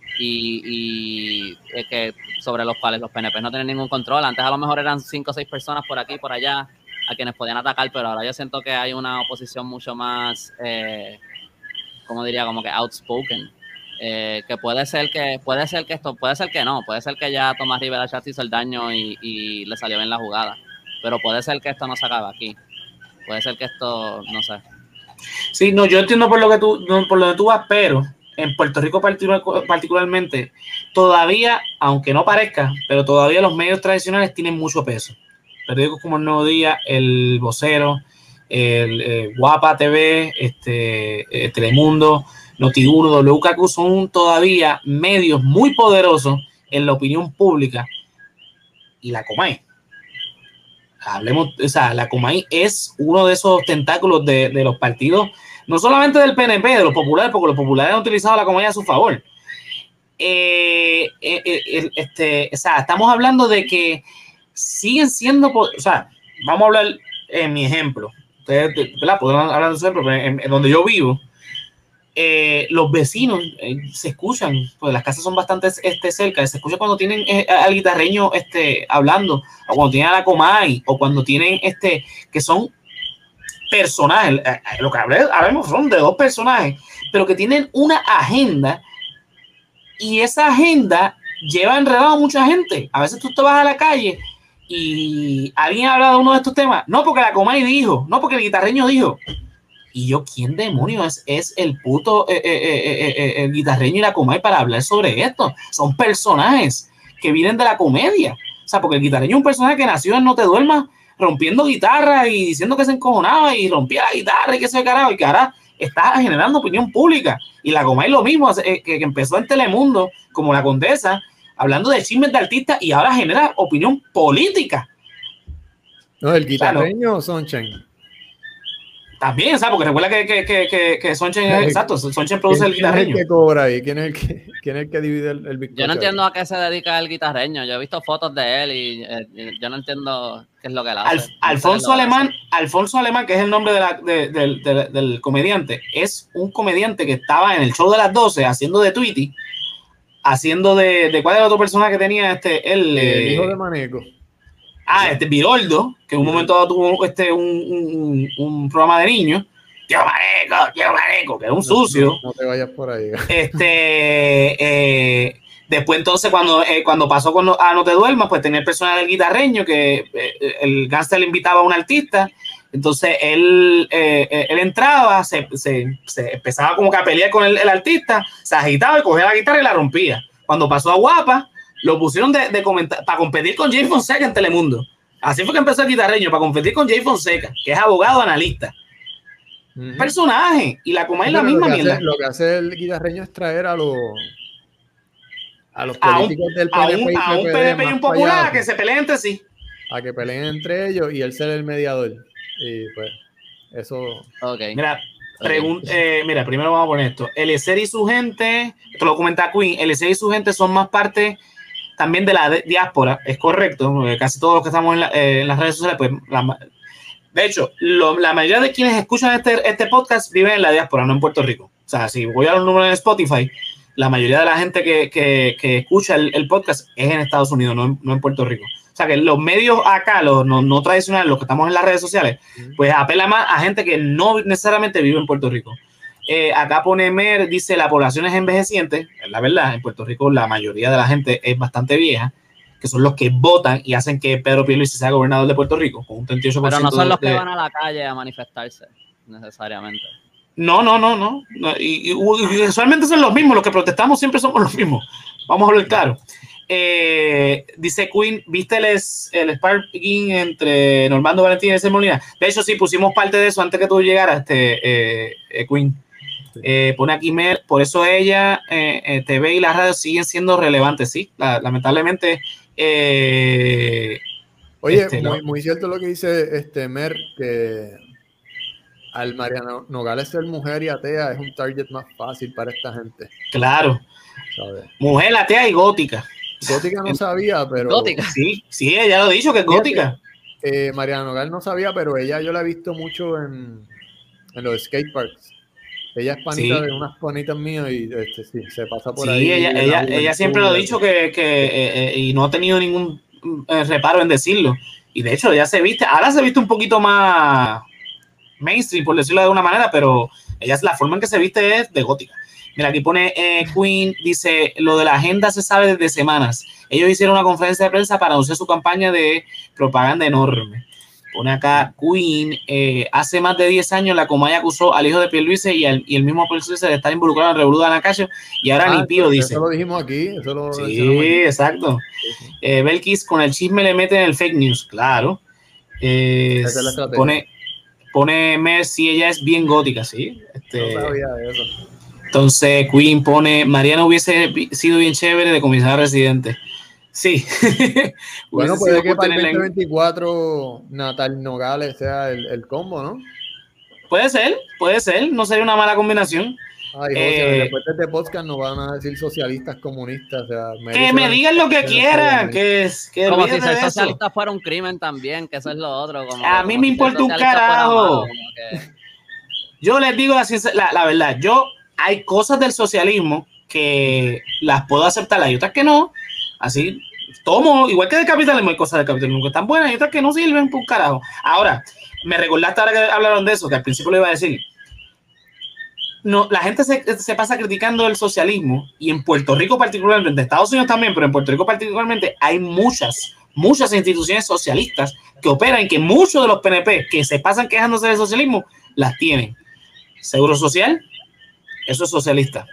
Y que sobre los cuales los PNP no tienen ningún control. Antes a lo mejor eran 5 o 6 personas por aquí y por allá a quienes podían atacar, pero ahora yo siento que hay una oposición mucho más, como diría, como que outspoken, que puede ser que no, puede ser que ya Tomás Rivera Chat hizo el daño y le salió bien la jugada, pero puede ser que esto no se acabe aquí, puede ser que esto, no sé. Sí, no, yo entiendo por lo que tú vas, pero en Puerto Rico particularmente, todavía, aunque no parezca, pero todavía los medios tradicionales tienen mucho peso. Periódicos como El Nuevo Día, El Vocero, Guapa TV, Telemundo, Noti1, WKQ son todavía medios muy poderosos en la opinión pública. Y la Comay. Hablemos, o sea, la Comay es uno de esos tentáculos de los partidos, no solamente del PNP, de los populares, porque los populares han utilizado la Comay a su favor. O sea, estamos hablando de que siguen siendo, o sea, vamos a hablar en mi ejemplo. Ustedes, ¿verdad? Podrán hablar de su ejemplo, pero en donde yo vivo, los vecinos se escuchan, pues las casas son bastante cerca, se escucha cuando tienen al guitarreño hablando, o cuando tienen a la Comay, o cuando tienen que son personajes, lo que hablemos son de 2 personajes, pero que tienen una agenda, y esa agenda lleva enredado a mucha gente. A veces tú te vas a la calle y alguien habla de uno de estos temas, no porque la Comay dijo, no porque el guitarreño dijo. Y yo, ¿quién demonios es el puto el guitarreño y la Comay para hablar sobre esto? Son personajes que vienen de la comedia. O sea, porque el guitarreño es un personaje que nació en No Te Duermas rompiendo guitarra y diciendo que se encojonaba y rompía la guitarra y que se carajo, y que ahora está generando opinión pública. Y la Comay lo mismo, que empezó en Telemundo como La Condesa, hablando de chismes de artistas y ahora genera opinión política. No, el guitarreño, Sunshine. También, ¿sabes? Porque recuerda que Sunshine es exacto. Sunshine produce el guitarreño. ¿Quién es el que cobra ahí? ¿Quién es el que divide el bizcocho? Yo no entiendo a qué se dedica el guitarreño. Yo he visto fotos de él y yo no entiendo qué es lo que él hace. Alfonso Alemán, que es el nombre del comediante, es un comediante que estaba en el show de las 12 haciendo de Tweety, haciendo de ¿cuál era el otro personaje que tenía el hijo de Maneco? Viroldo, que en un momento dado tuvo un programa de niños. Tío Maneco, que es un sucio. No te vayas por ahí. Después entonces cuando pasó a No Te Duermas, pues tenía el personaje del guitarreño, que el gánster le invitaba a un artista. Entonces él entraba, se empezaba como que a pelear con el artista, se agitaba y cogía la guitarra y la rompía. Cuando pasó a Guapa, lo pusieron de comentar para competir con Jay Fonseca en Telemundo. Así fue que empezó el guitarreño, para competir con Jay Fonseca, que es abogado analista. Personaje. Y la Comay es la misma mierda. Lo que hace el guitarreño es traer a los políticos del PNP a un PNP y un popular a que se peleen entre sí. A que peleen entre ellos y él ser el mediador. Y pues, eso. Ok. Mira, mira, primero vamos a poner esto. Eliezer y su gente, esto lo comenta Queen, Eliezer y su gente son más parte también de la diáspora, es correcto. Casi todos los que estamos en las redes sociales, pues, de hecho, la mayoría de quienes escuchan este podcast viven en la diáspora, no en Puerto Rico. O sea, si voy a los números en Spotify, la mayoría de la gente que escucha el podcast es en Estados Unidos, no en Puerto Rico. O sea, que los medios acá, los no tradicionales, los que estamos en las redes sociales, pues apela más a gente que no necesariamente vive en Puerto Rico. Acá pone Mer, dice, la población es envejeciente. La verdad, en Puerto Rico la mayoría de la gente es bastante vieja, que son los que votan y hacen que Pedro Pierluisi sea gobernador de Puerto Rico, con un 38%. Pero no son los que van a la calle a manifestarse, necesariamente. No. Y usualmente son los mismos, los que protestamos siempre somos los mismos. Vamos a hablar claro. Dice Queen, ¿viste el sparking entre Normando Valentín y Eliezer Molina? De hecho, sí, pusimos parte de eso antes que tú llegaras, Queen. Pone aquí Mer, por eso ella, TV y la radio siguen siendo relevantes, sí, lamentablemente. Oye, muy cierto lo que dice Mer, que al Mariano Nogales ser mujer y atea es un target más fácil para esta gente. Claro. ¿Sabes? Mujer atea y gótica. Gótica no sabía, pero... Gótica. Sí, ella lo ha dicho que es gótica. Mariana Nogales no sabía, pero ella yo la he visto mucho en los skateparks. Ella es panita de unas panitas mías y sí, se pasa por ahí. Sí, ella siempre lo ha dicho que y no ha tenido ningún reparo en decirlo. Y de hecho, ella ahora se viste un poquito más mainstream, por decirlo de alguna manera, pero la forma en que se viste es de gótica. Mira, aquí pone Queen, dice, lo de la agenda se sabe desde semanas. Ellos hicieron una conferencia de prensa para anunciar su campaña de propaganda enorme. Pone acá Queen, hace más de 10 años la Comay acusó al hijo de Pierluisi y el mismo Pierluisi de estar involucrado en el revolú de Anacacho y ahora ni pío dice. Eso lo dijimos aquí. Sí, exacto. Belkis con el chisme le mete en el fake news, claro. Pone Mercy, ella es bien gótica, ¿sí? No sabía eso. Entonces Queen pone, Mariano hubiese sido bien chévere de comisario residente. Sí. Bueno, puede que para el 2024 Natal Nogales sea el combo, ¿no? Puede ser, no sería una mala combinación. Ay, José, después de este podcast nos van a decir socialistas, comunistas, o sea, que me digan lo que quieran, que como si ser socialista fuera un crimen también, que eso es lo otro. A mí me importa un carajo. Yo les digo la verdad, hay cosas del socialismo que las puedo aceptar, hay otras que no. Así tomo, igual que del capitalismo, hay cosas del capitalismo que están buenas y otras que no sirven por un carajo. Ahora, me recordaste ahora que hablaron de eso, que al principio le iba a decir. No, la gente se pasa criticando el socialismo y en Puerto Rico particularmente, en Estados Unidos también, pero en Puerto Rico particularmente hay muchas instituciones socialistas que operan y que muchos de los PNP que se pasan quejándose del socialismo las tienen. Seguro Social, eso es socialista.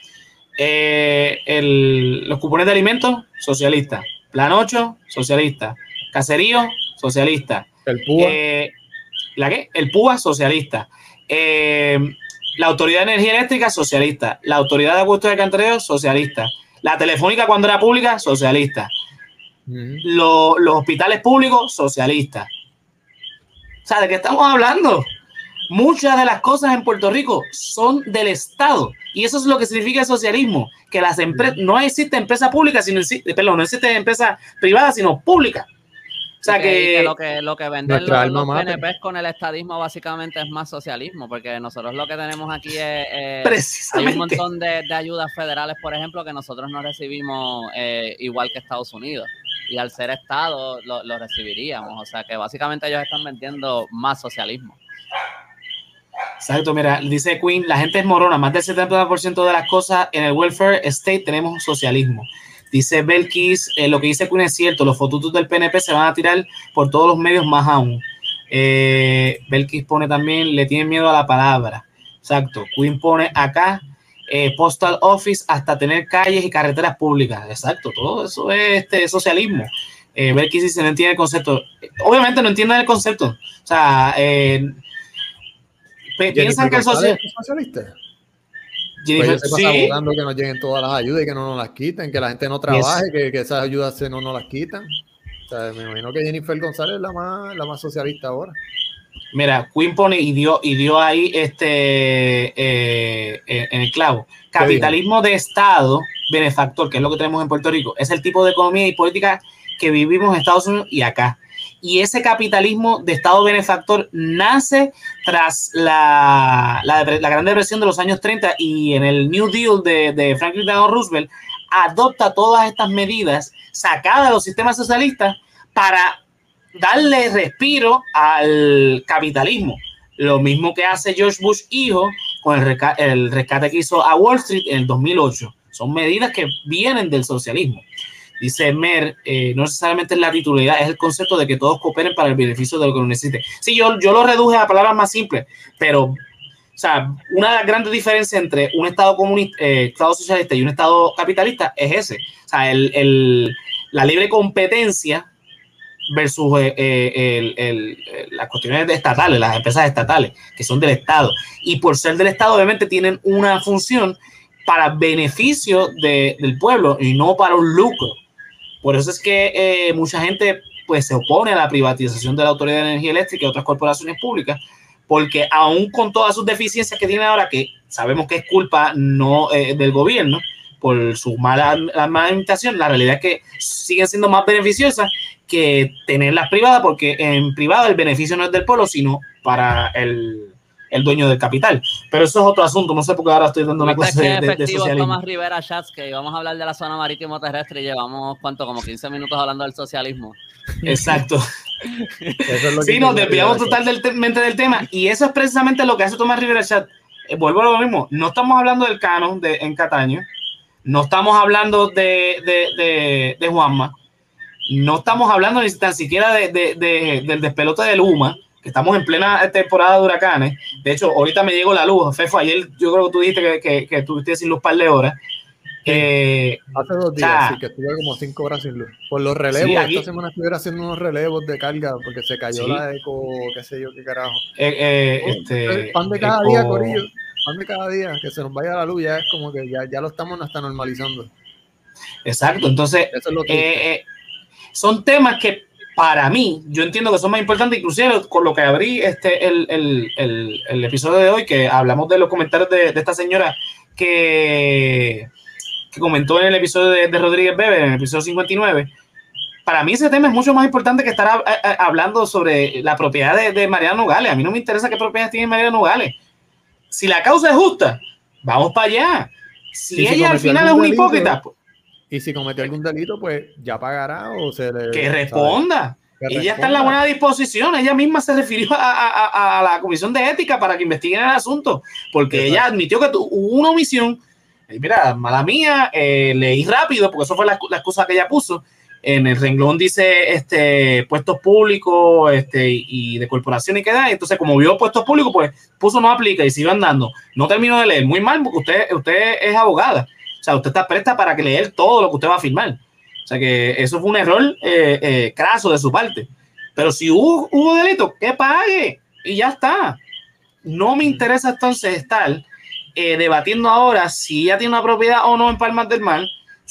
Los cupones de alimentos, socialista. Plan 8, socialista. Caserío, socialista. El PUA. ¿La qué? El PUA, socialista. La Autoridad de Energía Eléctrica, socialista. La Autoridad de Acueductos y Alcantarillado, socialista. La Telefónica, cuando era pública, socialista. Los hospitales públicos, socialista. O sea, ¿de qué estamos hablando? Muchas de las cosas en Puerto Rico son del Estado y eso es lo que significa el socialismo, que las empresas, no existe empresa pública, no existe empresa privada, sino pública. O sea que lo que venden los PNP con el estadismo básicamente es más socialismo, porque nosotros lo que tenemos aquí es hay un montón de ayudas federales, por ejemplo, que nosotros no recibimos igual que Estados Unidos. Y al ser Estado lo recibiríamos. O sea que básicamente ellos están vendiendo más socialismo. Exacto, mira, dice Queen, la gente es morona, más del 70% de las cosas en el welfare state tenemos socialismo. Dice Belkis, lo que dice Queen es cierto, los fotutos del PNP se van a tirar por todos los medios más aún. Belkis pone también, le tienen miedo a la palabra. Exacto, Queen pone acá, postal office hasta tener calles y carreteras públicas. Exacto, todo eso es socialismo. Belkis dice, no entiende el concepto. Obviamente no entienden el concepto. O sea, piensan que el socialista. Pues se pasa abogando que nos lleguen todas las ayudas y que no nos las quiten, que la gente no trabaje, que esas ayudas no nos las quitan. O sea, me imagino que Jennifer González es la más socialista ahora. Mira, Queen pone y dio ahí en el clavo. Capitalismo de Estado benefactor, que es lo que tenemos en Puerto Rico, es el tipo de economía y política que vivimos en Estados Unidos y acá. Y ese capitalismo de Estado benefactor nace tras la Gran Depresión de los años 30 y en el New Deal de Franklin Delano Roosevelt adopta todas estas medidas sacadas de los sistemas socialistas para darle respiro al capitalismo. Lo mismo que hace George Bush hijo con el rescate que hizo a Wall Street en el 2008. Son medidas que vienen del socialismo. Dice Mer, no necesariamente es la titularidad, es el concepto de que todos cooperen para el beneficio de lo que lo necesite. Sí, yo lo reduje a palabras más simples, pero o sea, una de las grandes diferencias entre un Estado comunista, Estado socialista y un Estado capitalista es ese. O sea, la libre competencia versus las cuestiones estatales, las empresas estatales, que son del Estado. Y por ser del Estado, obviamente tienen una función para beneficio del pueblo y no para un lucro. Por eso es que mucha gente pues se opone a la privatización de la Autoridad de Energía Eléctrica y otras corporaciones públicas, porque aún con todas sus deficiencias que tiene ahora, que sabemos que es culpa no del gobierno por su mala administración, la realidad es que siguen siendo más beneficiosas que tenerlas privadas, porque en privado el beneficio no es del pueblo, sino para el dueño del capital. Pero eso es otro asunto, no sé por qué ahora estoy dando una clase de socialismo. Tomás Rivera Schatz, que íbamos a hablar de la zona marítimo terrestre y llevamos, como 15 minutos hablando del socialismo. Exacto. Sí, nos desviamos totalmente del tema, y eso es precisamente lo que hace Tomás Rivera Schatz. Vuelvo a lo mismo, no estamos hablando del canon en Cataño, no estamos hablando de Juanma, no estamos hablando ni tan siquiera del despelote de Luma, que estamos en plena temporada de huracanes. De hecho, ahorita me llegó la luz, Fefo, ayer yo creo que tú dijiste que estuviste sin luz un par de horas. Hace 2 días, sí, que estuve como 5 horas sin luz. Por los relevos, sí, esta semana estuviera haciendo unos relevos de carga, porque se cayó la eco, qué sé yo, qué carajo. Pan de cada día, corillo. Pan de cada día, que se nos vaya la luz, ya es como que ya lo estamos hasta normalizando. Exacto, entonces eso es lo que son temas que para mí, yo entiendo que son más importantes, inclusive con lo que abrí el episodio de hoy, que hablamos de los comentarios de esta señora que comentó en el episodio de Rodríguez Bebe, en el episodio 59. Para mí ese tema es mucho más importante que estar hablando sobre la propiedad de Mariana Nogales. A mí no me interesa qué propiedades tiene Mariana Nogales. Si la causa es justa, vamos para allá. Si ella al final es una hipócrita, pues, y si cometió algún delito, pues ya pagará o se le... Que responda. Ella está en la buena disposición. Ella misma se refirió a la Comisión de Ética para que investiguen el asunto, porque ella admitió que hubo una omisión. Y mira, mala mía, leí rápido, porque eso fue la excusa que ella puso. En el renglón dice puestos públicos y de corporación y queda. Entonces, como vio puestos públicos, pues puso no aplica y siguió andando. No terminó de leer. Muy mal, porque usted es abogada. O sea, usted está presta para que leer todo lo que usted va a firmar. O sea, que eso fue un error craso de su parte. Pero si hubo delito, que pague. Y ya está. No me interesa entonces estar debatiendo ahora si ella tiene una propiedad o no en Palmas del Mar.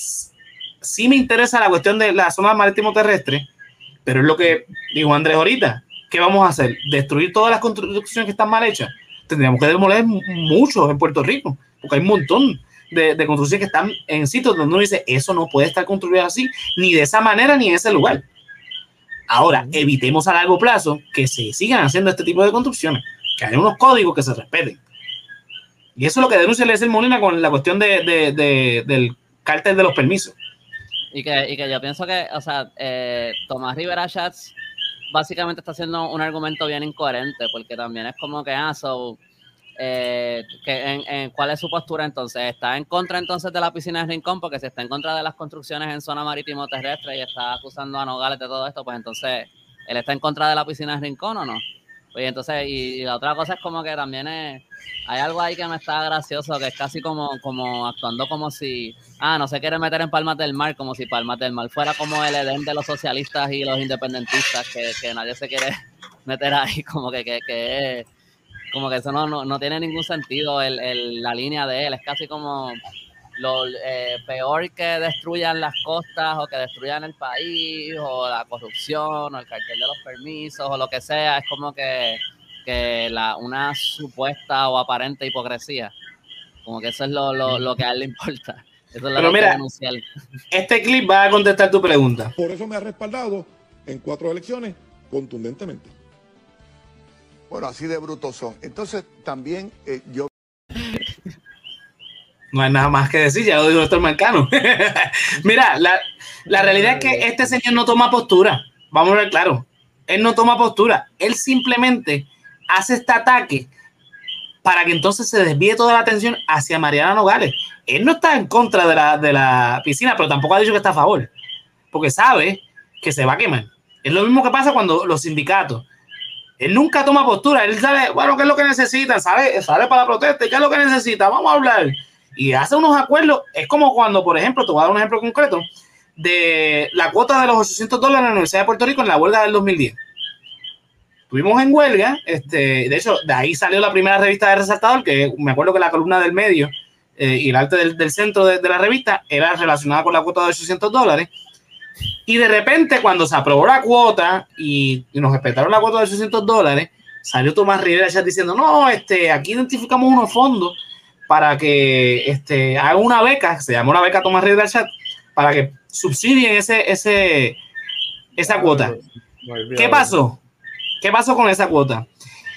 Sí me interesa la cuestión de la zona marítimo terrestre, pero es lo que dijo Andrés ahorita. ¿Qué vamos a hacer? ¿Destruir todas las construcciones que están mal hechas? Tendríamos que demoler mucho en Puerto Rico, porque hay un montón de construcciones que están en sitios donde uno dice, eso no puede estar construido así, ni de esa manera, ni en ese lugar. Ahora, evitemos a largo plazo que se sigan haciendo este tipo de construcciones, que haya unos códigos que se respeten. Y eso es lo que denuncia Eliezer Molina con la cuestión del cártel de los permisos. Y que yo pienso que, o sea, Tomás Rivera Schatz básicamente está haciendo un argumento bien incoherente, porque también es como que, ¿cuál es su postura entonces? ¿Está en contra entonces de la piscina de Rincón? Porque si está en contra de las construcciones en zona marítimo terrestre y está acusando a Nogales de todo esto, pues entonces, ¿él está en contra de la piscina de Rincón o no? Pues entonces, y la otra cosa es como que también hay algo ahí que me está gracioso, que es casi como actuando como si, no se quiere meter en Palmas del Mar, como si Palmas del Mar fuera como el Edén de los socialistas y los independentistas, que nadie se quiere meter ahí, como que eso no tiene ningún sentido la línea de él, es casi como lo peor que destruyan las costas o que destruyan el país o la corrupción o el cartel de los permisos o lo que sea, es como que que una supuesta o aparente hipocresía. Como que eso es lo que a él le importa. Eso es lo Pero que hay mira, que denunciar. este clip va a contestar tu pregunta. Por eso me ha respaldado en 4 elecciones contundentemente. Bueno, así de brutos son. Entonces, también yo... No hay nada más que decir, ya lo dijo Néstor Marcano. Mira, la realidad es que este señor no toma postura. Vamos a ver claro. Él no toma postura. Él simplemente hace este ataque para que entonces se desvíe toda la atención hacia Mariana Nogales. Él no está en contra de la piscina, pero tampoco ha dicho que está a favor, porque sabe que se va a quemar. Es lo mismo que pasa cuando los sindicatos. Él nunca toma postura. Él sabe, bueno, qué es lo que necesitan, sale para la protesta, y qué es lo que necesita, vamos a hablar. Y hace unos acuerdos. Es como cuando, por ejemplo, te voy a dar un ejemplo concreto de la cuota de los $800 en la Universidad de Puerto Rico en la huelga del 2010. Estuvimos en huelga, de hecho, de ahí salió la primera revista de Resaltador, que me acuerdo que la columna del medio y el arte del centro de la revista era relacionada con la cuota de $800. Y de repente, cuando se aprobó la cuota y nos respetaron la cuota de $800, salió Tomás Rivera Chatz diciendo, no, aquí identificamos unos fondos para que haga una beca, se llama una beca Tomás Rivera Chatz, para que subsidien esa cuota. ¿Qué pasó? ¿Qué pasó con esa cuota?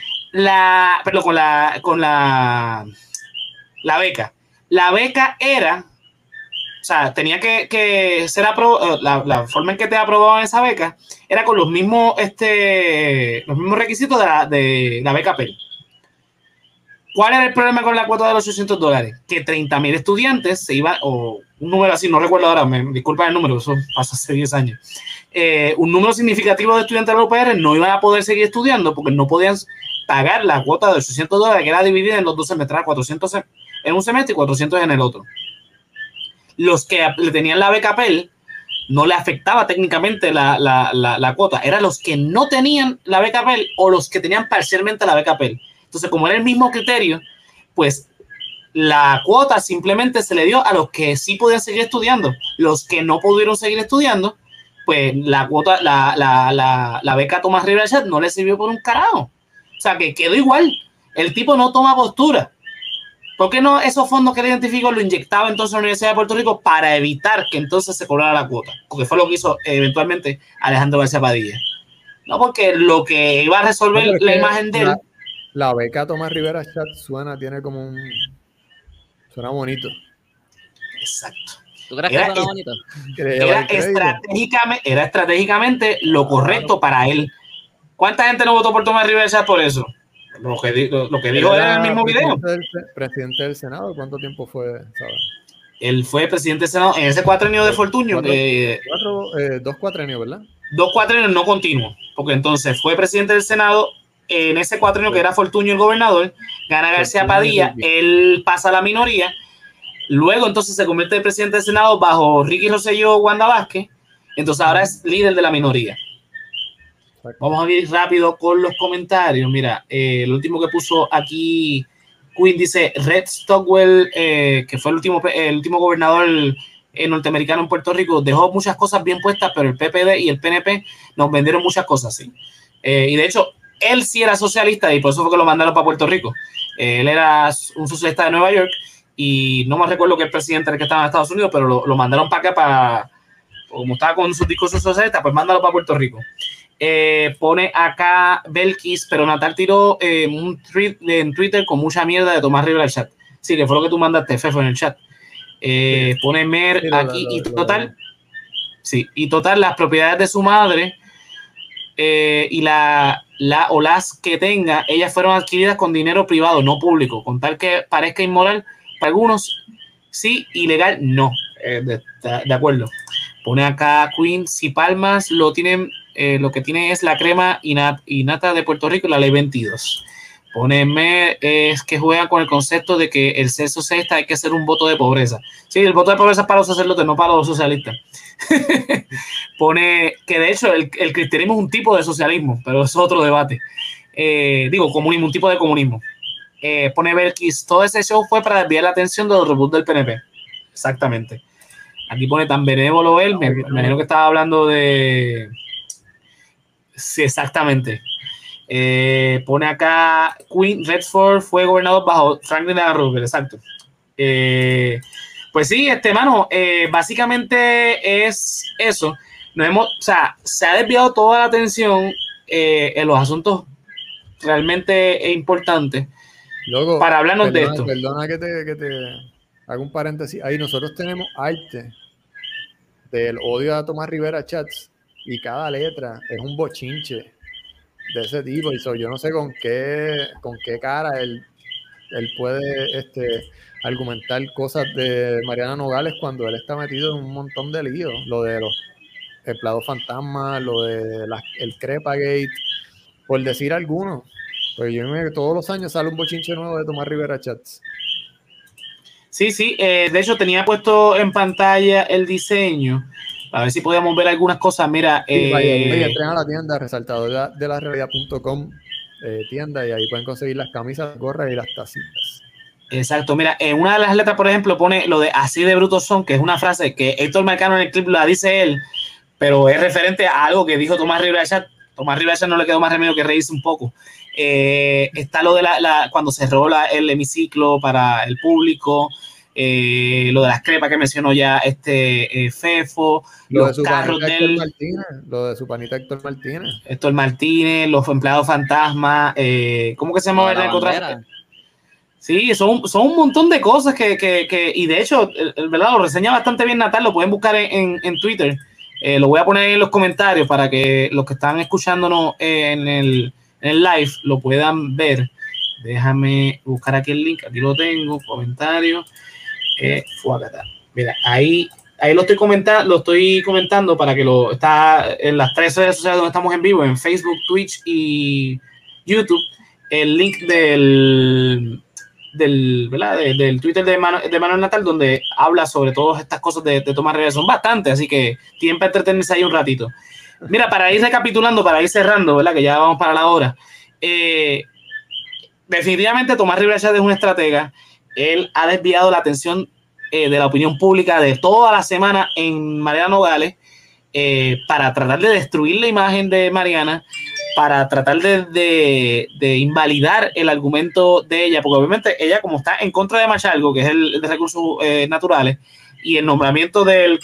Con la beca. La beca era, o sea, tenía que ser aprobada, la forma en que te aprobaban esa beca era con los mismos requisitos de la beca Pell. ¿Cuál era el problema con la cuota de los $800? Que 30,000 estudiantes se iban, o un número así, no recuerdo ahora, me disculpa el número, eso pasó hace 10 años. Un número significativo de estudiantes de la UPR no iban a poder seguir estudiando porque no podían pagar la cuota de $800 que era dividida en los 2 semestres, 400 en un semestre y 400 en el otro. Los que le tenían la beca Pell no le afectaba técnicamente la cuota, eran los que no tenían la beca Pell o los que tenían parcialmente la beca Pell. Entonces, como era el mismo criterio, pues la cuota simplemente se le dio a los que sí podían seguir estudiando. Los que no pudieron seguir estudiando, pues la cuota, la beca Tomás Rivera Chatz no le sirvió por un carajo. O sea, que quedó igual. El tipo no toma postura. ¿Por qué no esos fondos que le identificó lo inyectaba entonces a la Universidad de Puerto Rico para evitar que entonces se cobrara la cuota? Porque fue lo que hizo eventualmente Alejandro García Padilla. No, porque lo que iba a resolver la imagen de él. La beca Tomás Rivera Chatz tiene como suena bonito. Exacto. ¿Tú crees que suena bonito? Era estratégicamente lo correcto para él. ¿Cuánta gente no votó por Tomás Rivera Chatz por eso? Lo que dijo él en el mismo video. Presidente del Senado, ¿cuánto tiempo fue? ¿Sabes? Él fue presidente del Senado en ese cuatrenio de Fortuño. 2 cuatrenios, ¿verdad? 2 cuatrenios no continuos, porque entonces fue presidente del Senado en ese cuatrenio que era Fortuño el gobernador, gana García Padilla, él pasa a la minoría, luego entonces se convierte en presidente del Senado bajo Ricky Rosselló Wanda Vázquez, entonces ahora es líder de la minoría. Vamos a ir rápido con los comentarios. Mira, el último que puso aquí Quinn dice Red Stockwell, que fue el último gobernador norteamericano en Puerto Rico, dejó muchas cosas bien puestas, pero el PPD y el PNP nos vendieron muchas cosas, sí. Y de hecho, él sí era socialista y por eso fue que lo mandaron para Puerto Rico. Él era un socialista de Nueva York y no me recuerdo que el presidente era el que estaba en Estados Unidos, pero lo mandaron para acá, como estaba con sus discursos socialistas, pues mándalo para Puerto Rico. Pone acá Belkis, pero Natal tiró un tweet en Twitter con mucha mierda de Tomás Rivera Chatz. Sí, que fue lo que tú mandaste, Fefo, en el chat. Pone Mer aquí y total. Sí, y total, las propiedades de su madre y las que tenga, ellas fueron adquiridas con dinero privado, no público, con tal que parezca inmoral para algunos, sí, ilegal, no. De acuerdo. Pone acá Queen, si Palmas lo tienen, lo que tiene es la crema innata de Puerto Rico, la ley 22. Poneme es que juegan con el concepto de que el censo sexta hay que hacer un voto de pobreza. Sí, el voto de pobreza es para los sacerdotes, no para los socialistas. Pone que de hecho el cristianismo es un tipo de socialismo, pero es otro debate. Comunismo, un tipo de comunismo. Pone Belkis, todo ese show fue para desviar la atención de los robots del PNP. Exactamente. Aquí pone tan benévolo él, me imagino que estaba hablando de... Sí, exactamente. Pone acá, Queen Redford fue gobernador bajo Franklin D. Roosevelt, exacto. Pues sí, mano, básicamente es eso. O sea, se ha desviado toda la atención en los asuntos realmente importantes Luego, para hablarnos de esto. Perdona que te haga un paréntesis. Ahí nosotros tenemos arte del odio a Tomás Rivera Chats y cada letra es un bochinche de ese tipo. Y yo no sé con qué cara él puede argumentar cosas de Mariana Nogales cuando él está metido en un montón de líos. Lo de los empleados fantasmas, lo de el Crepagate, por decir algunos. Pues todos los años sale un bochinche nuevo de Tomás Rivera Chats. Sí, de hecho tenía puesto en pantalla el diseño, a ver si podíamos ver algunas cosas. Mira, entren a la tienda resaltadora de la realidad.com tienda, y ahí pueden conseguir las camisas, las gorras y las tacitas. Exacto, mira, en una de las letras, por ejemplo, pone lo de así de brutos son, que es una frase que Héctor Marcano en el clip la dice él, pero es referente a algo que dijo Tomás Rivera Chats. Tomás Rivera Chats no le quedó más remedio que reírse un poco. Está lo de cuando cerró el hemiciclo para el público, lo de las crepas que mencionó ya Fefo, los carros lo de su panita Héctor Martínez. Héctor Martínez, los empleados fantasmas, ¿cómo que se llama el narcotráfico? Sí, son un montón de cosas que y de hecho, ¿verdad? Lo reseña bastante bien Natal, lo pueden buscar en Twitter. Lo voy a poner en los comentarios para que los que están escuchándonos en el live lo puedan ver. Déjame buscar aquí el link, aquí lo tengo, comentarios. Mira, ahí lo estoy comentando para que está en las 3 redes sociales donde estamos en vivo, en Facebook, Twitch y YouTube, el link del Twitter de Manuel Natal, donde habla sobre todas estas cosas de Tomás Rivera. Son bastantes, así que tienen para entretenerse ahí un ratito. Mira, para ir recapitulando, para ir cerrando, ¿verdad? Que ya vamos para la hora. Definitivamente Tomás Rivera Chats es un estratega. Él ha desviado la atención de la opinión pública de toda la semana en Mariana Nogales para tratar de destruir la imagen de Mariana, para tratar de invalidar el argumento de ella, porque obviamente ella, como está en contra de Machalgo, que es el de recursos naturales, y el nombramiento del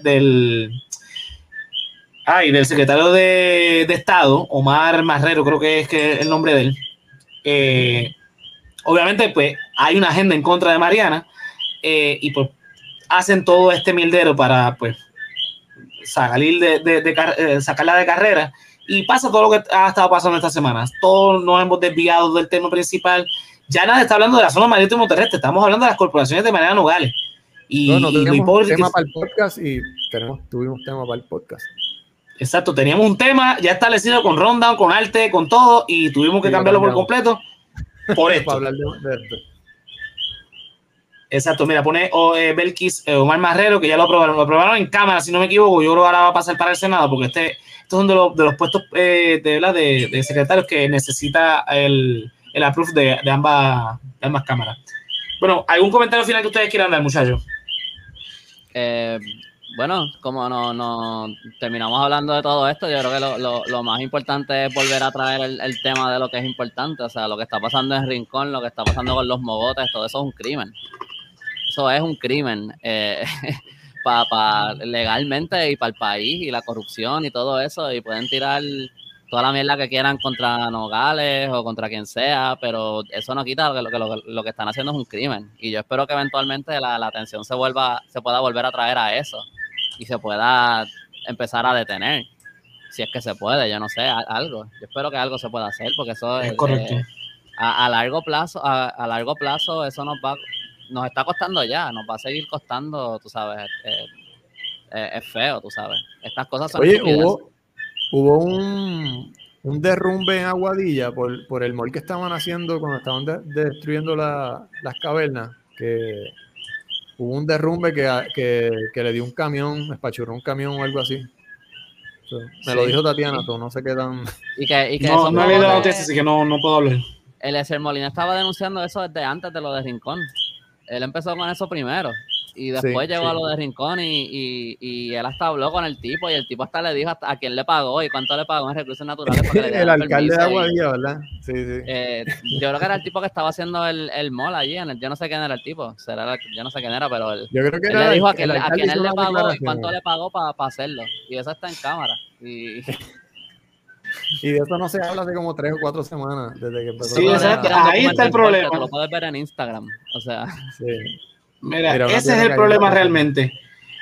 secretario de Estado, Omar Marrero, creo que es el nombre de él, obviamente pues hay una agenda en contra de Mariana, y pues hacen todo este mierdero para pues sacarla de carrera, y pasa todo lo que ha estado pasando estas semanas. Todos nos hemos desviado del tema principal. Ya nadie está hablando de la zona marítimo terrestre, estamos hablando de las corporaciones de Mariana Nogales. No teníamos tema para el podcast y tuvimos tema para el podcast. Exacto, teníamos un tema ya establecido con Rundown, con Arte, con todo, y tuvimos que cambiarlo por completo por esto. Para hablar de esto. Exacto, mira, pone Belkis Omar Marrero, que ya lo aprobaron en Cámara, si no me equivoco. Yo creo que ahora va a pasar para el Senado, porque estos son de los puestos de secretarios que necesita el approve de ambas cámaras. Bueno, ¿algún comentario final que ustedes quieran dar, muchachos? Bueno, como no terminamos hablando de todo esto, yo creo que lo más importante es volver a traer el tema de lo que es importante. O sea, lo que está pasando en Rincón, lo que está pasando con los mogotes, todo eso es un crimen. Eso es un crimen legalmente y para el país, y la corrupción y todo eso, y pueden tirar toda la mierda que quieran contra Nogales o contra quien sea, pero eso no quita lo que están haciendo es un crimen, y yo espero que eventualmente la atención se pueda volver a traer a eso y se pueda empezar a detener, si es que se puede, yo no sé, algo. Yo espero que algo se pueda hacer, porque eso es correcto. A largo plazo eso nos está costando ya, nos va a seguir costando, tú sabes, es feo, tú sabes. Estas cosas son estupideces. Hubo un derrumbe en Aguadilla por el mall que estaban haciendo cuando estaban destruyendo las cavernas, que hubo un derrumbe que le dio un camión, espachurró un camión o algo así. Me lo dijo Tatiana, no sé qué tan... Y que no he leído la noticia, así que no puedo hablar. El Ezer Molina estaba denunciando eso desde antes de lo de Rincón. Él empezó con eso primero. Y después llegó a lo de Rincón y él hasta habló con el tipo y el tipo hasta le dijo a quién le pagó y cuánto le pagó en recursos naturales para que le El dieran alcalde de permiso. Aguadilla, ¿verdad? Sí. Yo creo que era el tipo que estaba haciendo el mall allí. Yo no sé quién era el tipo. Yo no sé quién era, pero yo creo que él era le dijo a el quién él le hizo una pagó y declaración. cuánto le pagó para hacerlo. Y eso está en cámara. Y de eso no se habla hace como 3 o 4 semanas desde que empezó. Sí, exacto. Ahí está el problema. Tú lo puedes ver en Instagram. O sea. Sí. Mira, una ese es el problema realmente.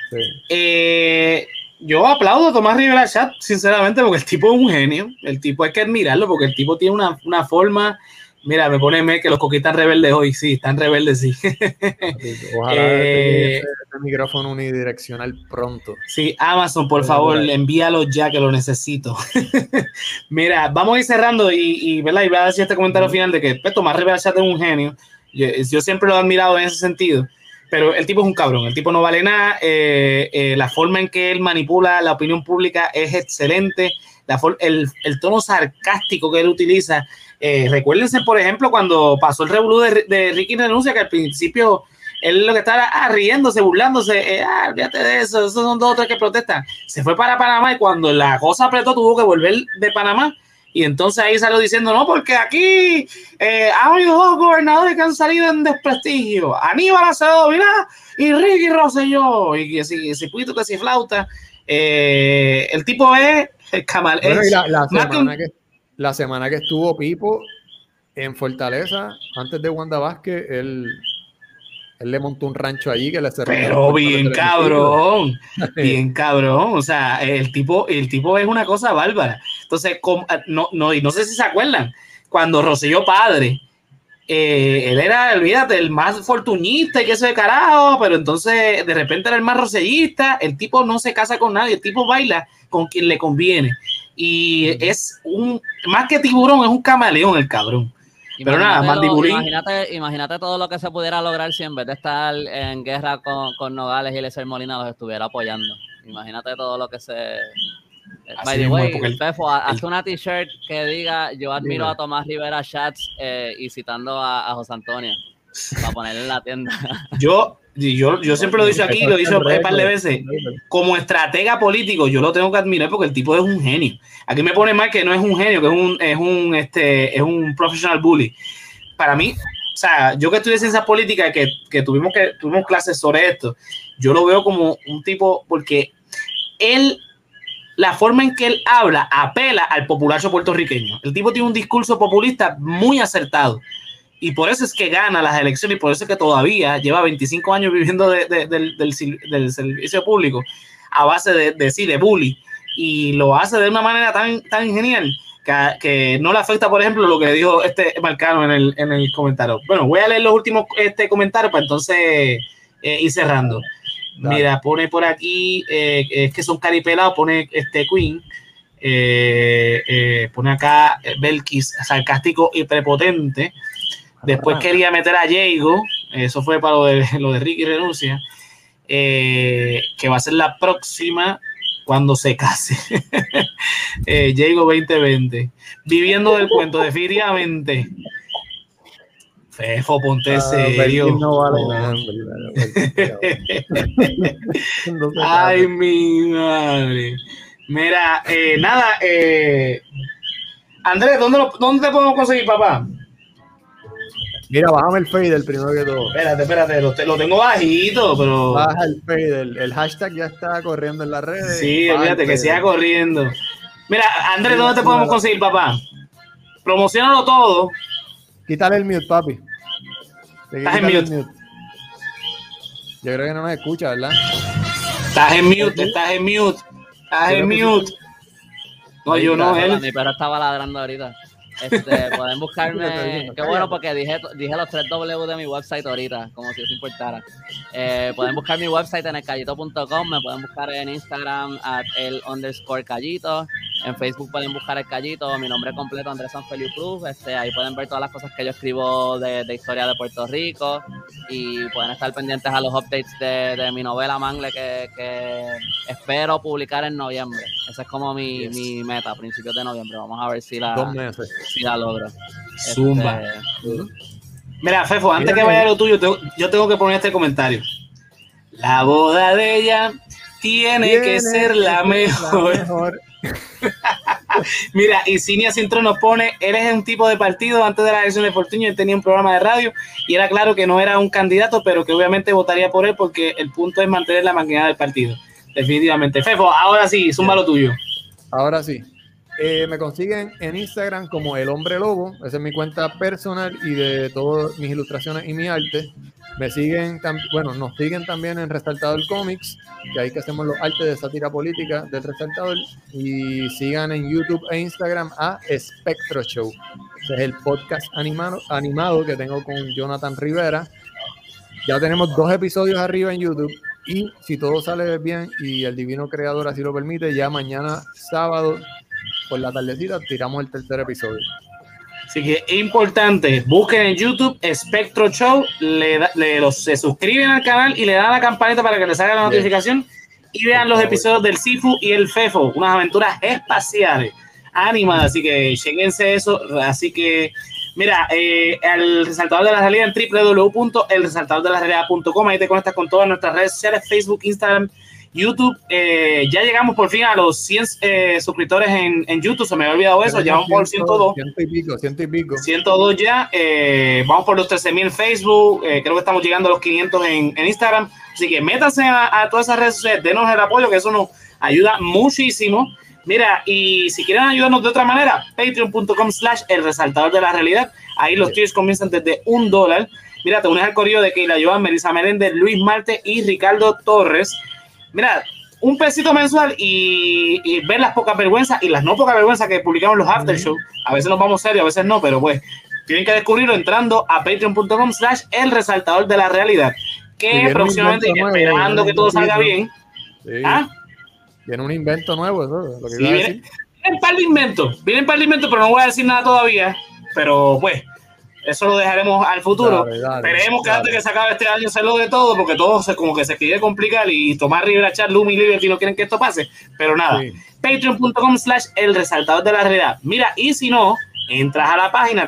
Sí. Yo aplaudo a Tomás Rivera Chat, sinceramente, porque el tipo es un genio. El tipo hay que admirarlo porque el tipo tiene una forma. Mira, me pone que los coquis están rebeldes hoy. Sí, están rebeldes, sí. Ojalá ese micrófono unidireccional pronto. Sí, Amazon, por favor, envíalo ya que lo necesito. Mira, vamos a ir cerrando y voy a decir este comentario final de que Tomás Rivera Chat es un genio. Yo siempre lo he admirado en ese sentido. Pero el tipo es un cabrón, el tipo no vale nada, la forma en que él manipula la opinión pública es excelente, el tono sarcástico que él utiliza. Recuérdense, por ejemplo, cuando pasó el revolú de Ricky Renuncia, que al principio él lo que estaba riéndose, burlándose, olvídate de eso, esos son 2 o 3 que protestan. Se fue para Panamá y cuando la cosa apretó tuvo que volver de Panamá. Y entonces ahí salió diciendo, no, porque aquí ha habido 2 gobernadores que han salido en desprestigio, Aníbal Acevedo Vilá y Ricky Rosselló, y que si puito, que si flauta. El tipo es el camal. Bueno, y la semana que estuvo Pipo en Fortaleza, antes de Wanda Vázquez, él le montó un rancho allí que le cerró. Pero bien cabrón, bien cabrón. O sea, el tipo es una cosa bárbara. Entonces, no sé si se acuerdan, cuando Rosselló padre, él era, olvídate, el más fortuñista y que eso de carajo, pero entonces de repente era el más rosellista. El tipo no se casa con nadie, el tipo baila con quien le conviene. Y es más que tiburón, es un camaleón el cabrón. Pero nada, Mandibulín. Imagínate todo lo que se pudiera lograr si en vez de estar en guerra con Nogales y Eliezer Molina los estuviera apoyando. Imagínate todo lo que se... By the way, Fefo, haz una t-shirt que diga yo admiro a Tomás Rivera Chats y citando a José Antonio para ponerle en la tienda. Yo siempre lo he dicho aquí, lo he dicho un par de veces. Como estratega político, yo lo tengo que admirar porque el tipo es un genio. Aquí me pone mal que no es un genio, que es un professional bully. Para mí, o sea, yo que estudié ciencias políticas, que tuvimos clases sobre esto, yo lo veo como un tipo, porque la forma en que él habla apela al populacho puertorriqueño. El tipo tiene un discurso populista muy acertado. Y por eso es que gana las elecciones y por eso es que todavía lleva 25 años viviendo del servicio público a base de bully. Y lo hace de una manera tan genial que no le afecta, por ejemplo, lo que dijo Marcano en el comentario. Bueno, voy a leer los últimos comentarios para entonces ir cerrando. Dale. Mira, pone por aquí, es que son caripelados, pone Queen. Pone acá Belkis, sarcástico y prepotente. Después quería meter a Diego, eso fue para lo de Ricky Renuncia, que va a ser la próxima cuando se case. Diego 2020. Viviendo del cuento, definitivamente. Fefo, ponte serio. No vale nada. Ay, mi madre. Mira, nada, Andrés, ¿dónde te podemos conseguir, papá? Mira, bájame el fader primero que todo. Espérate, lo tengo bajito, pero... Baja el fader, el hashtag ya está corriendo en las redes. Sí, fíjate que siga corriendo. Mira, Andrés, ¿dónde te podemos conseguir, papá? Promocionalo todo. Quítale el mute, papi. Estás en mute. Yo creo que no nos escucha, ¿verdad? Estás en mute. No, yo no, él. Mi perro estaba ladrando ahorita. Pueden buscarme, qué bueno porque dije los 3 W de mi website ahorita, como si eso importara. Pueden buscar mi website en elcallito.com, me pueden buscar en Instagram @el_callito, en Facebook pueden buscar El Callito, mi nombre completo Andrés Sanfeliu Cruz, ahí pueden ver todas las cosas que yo escribo de historia de Puerto Rico y pueden estar pendientes a los updates de mi novela Mangle que espero publicar en noviembre. Esa es como mi meta, a principios de noviembre. Vamos a ver si la logro. Zumba. Mira, Fefo, antes que vaya lo tuyo, yo tengo que poner este comentario. La boda de ella tiene que ser la mejor. Mira, y Cinia Sintro nos pone, él es un tipo de partido. Antes de la elección de Fortuño, él tenía un programa de radio y era claro que no era un candidato, pero que obviamente votaría por él porque el punto es mantener la maquinaria del partido. Definitivamente. Fefo, ahora sí, zumba lo tuyo. Ahora sí. Me consiguen en Instagram como El Hombre Lobo. Esa es mi cuenta personal y de todas mis ilustraciones y mi arte. Me siguen, nos siguen también en Resaltador Comics, que ahí que hacemos los artes de sátira política del Resaltador. Y sigan en YouTube e Instagram a Espectro Show. Ese es el podcast animado que tengo con Jonathan Rivera. Ya tenemos 2 episodios arriba en YouTube. Y si todo sale bien y el divino creador así lo permite, ya mañana sábado por la tardecita tiramos el 3er episodio. Así que es importante, busquen en YouTube Espectro Show, se suscriben al canal y le dan a la campanita para que les salga la notificación y vean los episodios del Sifu y el Fefo, unas aventuras espaciales animadas, así que chequense eso. Así que mira, al Resaltador de la Realidad en www.elresaltadordelarealidad.com, ahí te conectas con todas nuestras redes sociales, Facebook, Instagram, YouTube. Ya llegamos por fin a los 100 suscriptores en YouTube, se me había olvidado eso, ya vamos por 102. 100 y pico. 102 ya, vamos por los 13,000 en Facebook, creo que estamos llegando a los 500 en Instagram, así que métanse a todas esas redes sociales, denos el apoyo, que eso nos ayuda muchísimo. Mira, y si quieren ayudarnos de otra manera, patreon.com/el resaltador de la realidad, ahí los tiers comienzan desde $1. Mira, te unes al correo de Keila Joan, Melissa Meléndez, Luis Marte y Ricardo Torres. Mira, $1 pesito mensual y ver las pocas vergüenzas y las no pocas vergüenzas que publicamos en los after show. A veces nos vamos serios, a veces no, pero pues tienen que descubrirlo entrando a patreon.com/el resaltador de la realidad, que próximamente, esperando que todo salga bien. Sí. Viene un invento nuevo, eso es lo que sí, vienen un par de inventos, pero no voy a decir nada todavía, pero pues eso lo dejaremos al futuro. Esperemos que antes que se acabe este año se lo de todo, porque todo como que se quiere complicar y Tomás Rivera, Chat, Lumi y Liberty no quieren que esto pase, pero nada, patreon.com/el resaltador de la realidad. Mira, y si no, entras a la página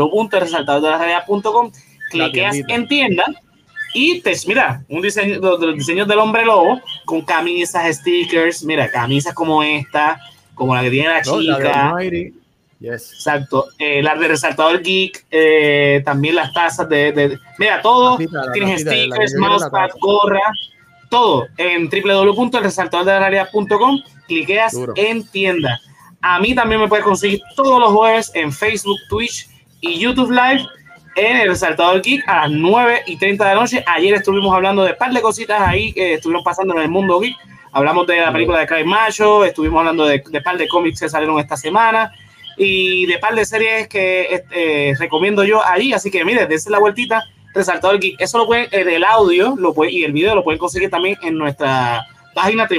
www.elresaltadordelarealidad.com, cliqueas en tienda y mira, un diseño de los diseños del Hombre Lobo con camisas, stickers, mira, camisas como esta, como la que tiene la chica. Yes. Exacto, las de Resaltador Geek, también las tazas mira, todo, tienes stickers, mousepad, gorra, todo en www.elresaltadordelarealidad.com, cliqueas en tienda. A mí también me puedes conseguir todos los jueves en Facebook, Twitch y YouTube Live en el Resaltador Geek a las 9:30 de la noche. Ayer estuvimos hablando de un par de cositas ahí que estuvieron pasando en el mundo geek. Hablamos de la película de Cry Macho, estuvimos hablando de par de cómics que salieron esta semana y de par de series que recomiendo yo allí. Así que mire, dense la vueltita, Resaltador Geek. Eso lo pueden, el audio y el video lo pueden conseguir también en nuestra página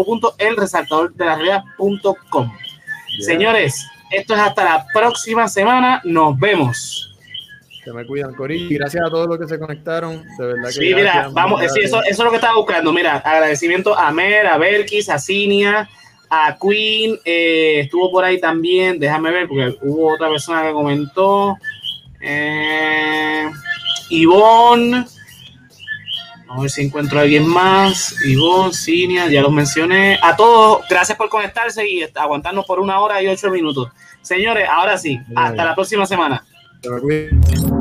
www.elresaltadordelarealidad.com. Señores, esto es hasta la próxima semana. Nos vemos. Se me cuidan, Corillo. Y gracias a todos los que se conectaron. De verdad que sí, mira, vamos, sí, eso es lo que estaba buscando. Mira, agradecimiento a Mer, a Belkis, a Cinia, a Queen. Estuvo por ahí también. Déjame ver, porque hubo otra persona que comentó. Ivonne. A ver si encuentro a alguien más. Ivonne, Cinia, ya los mencioné. A todos, gracias por conectarse y aguantarnos por 1 hora y 8 minutos. Señores, ahora sí, hasta la próxima semana. Se me cuidan.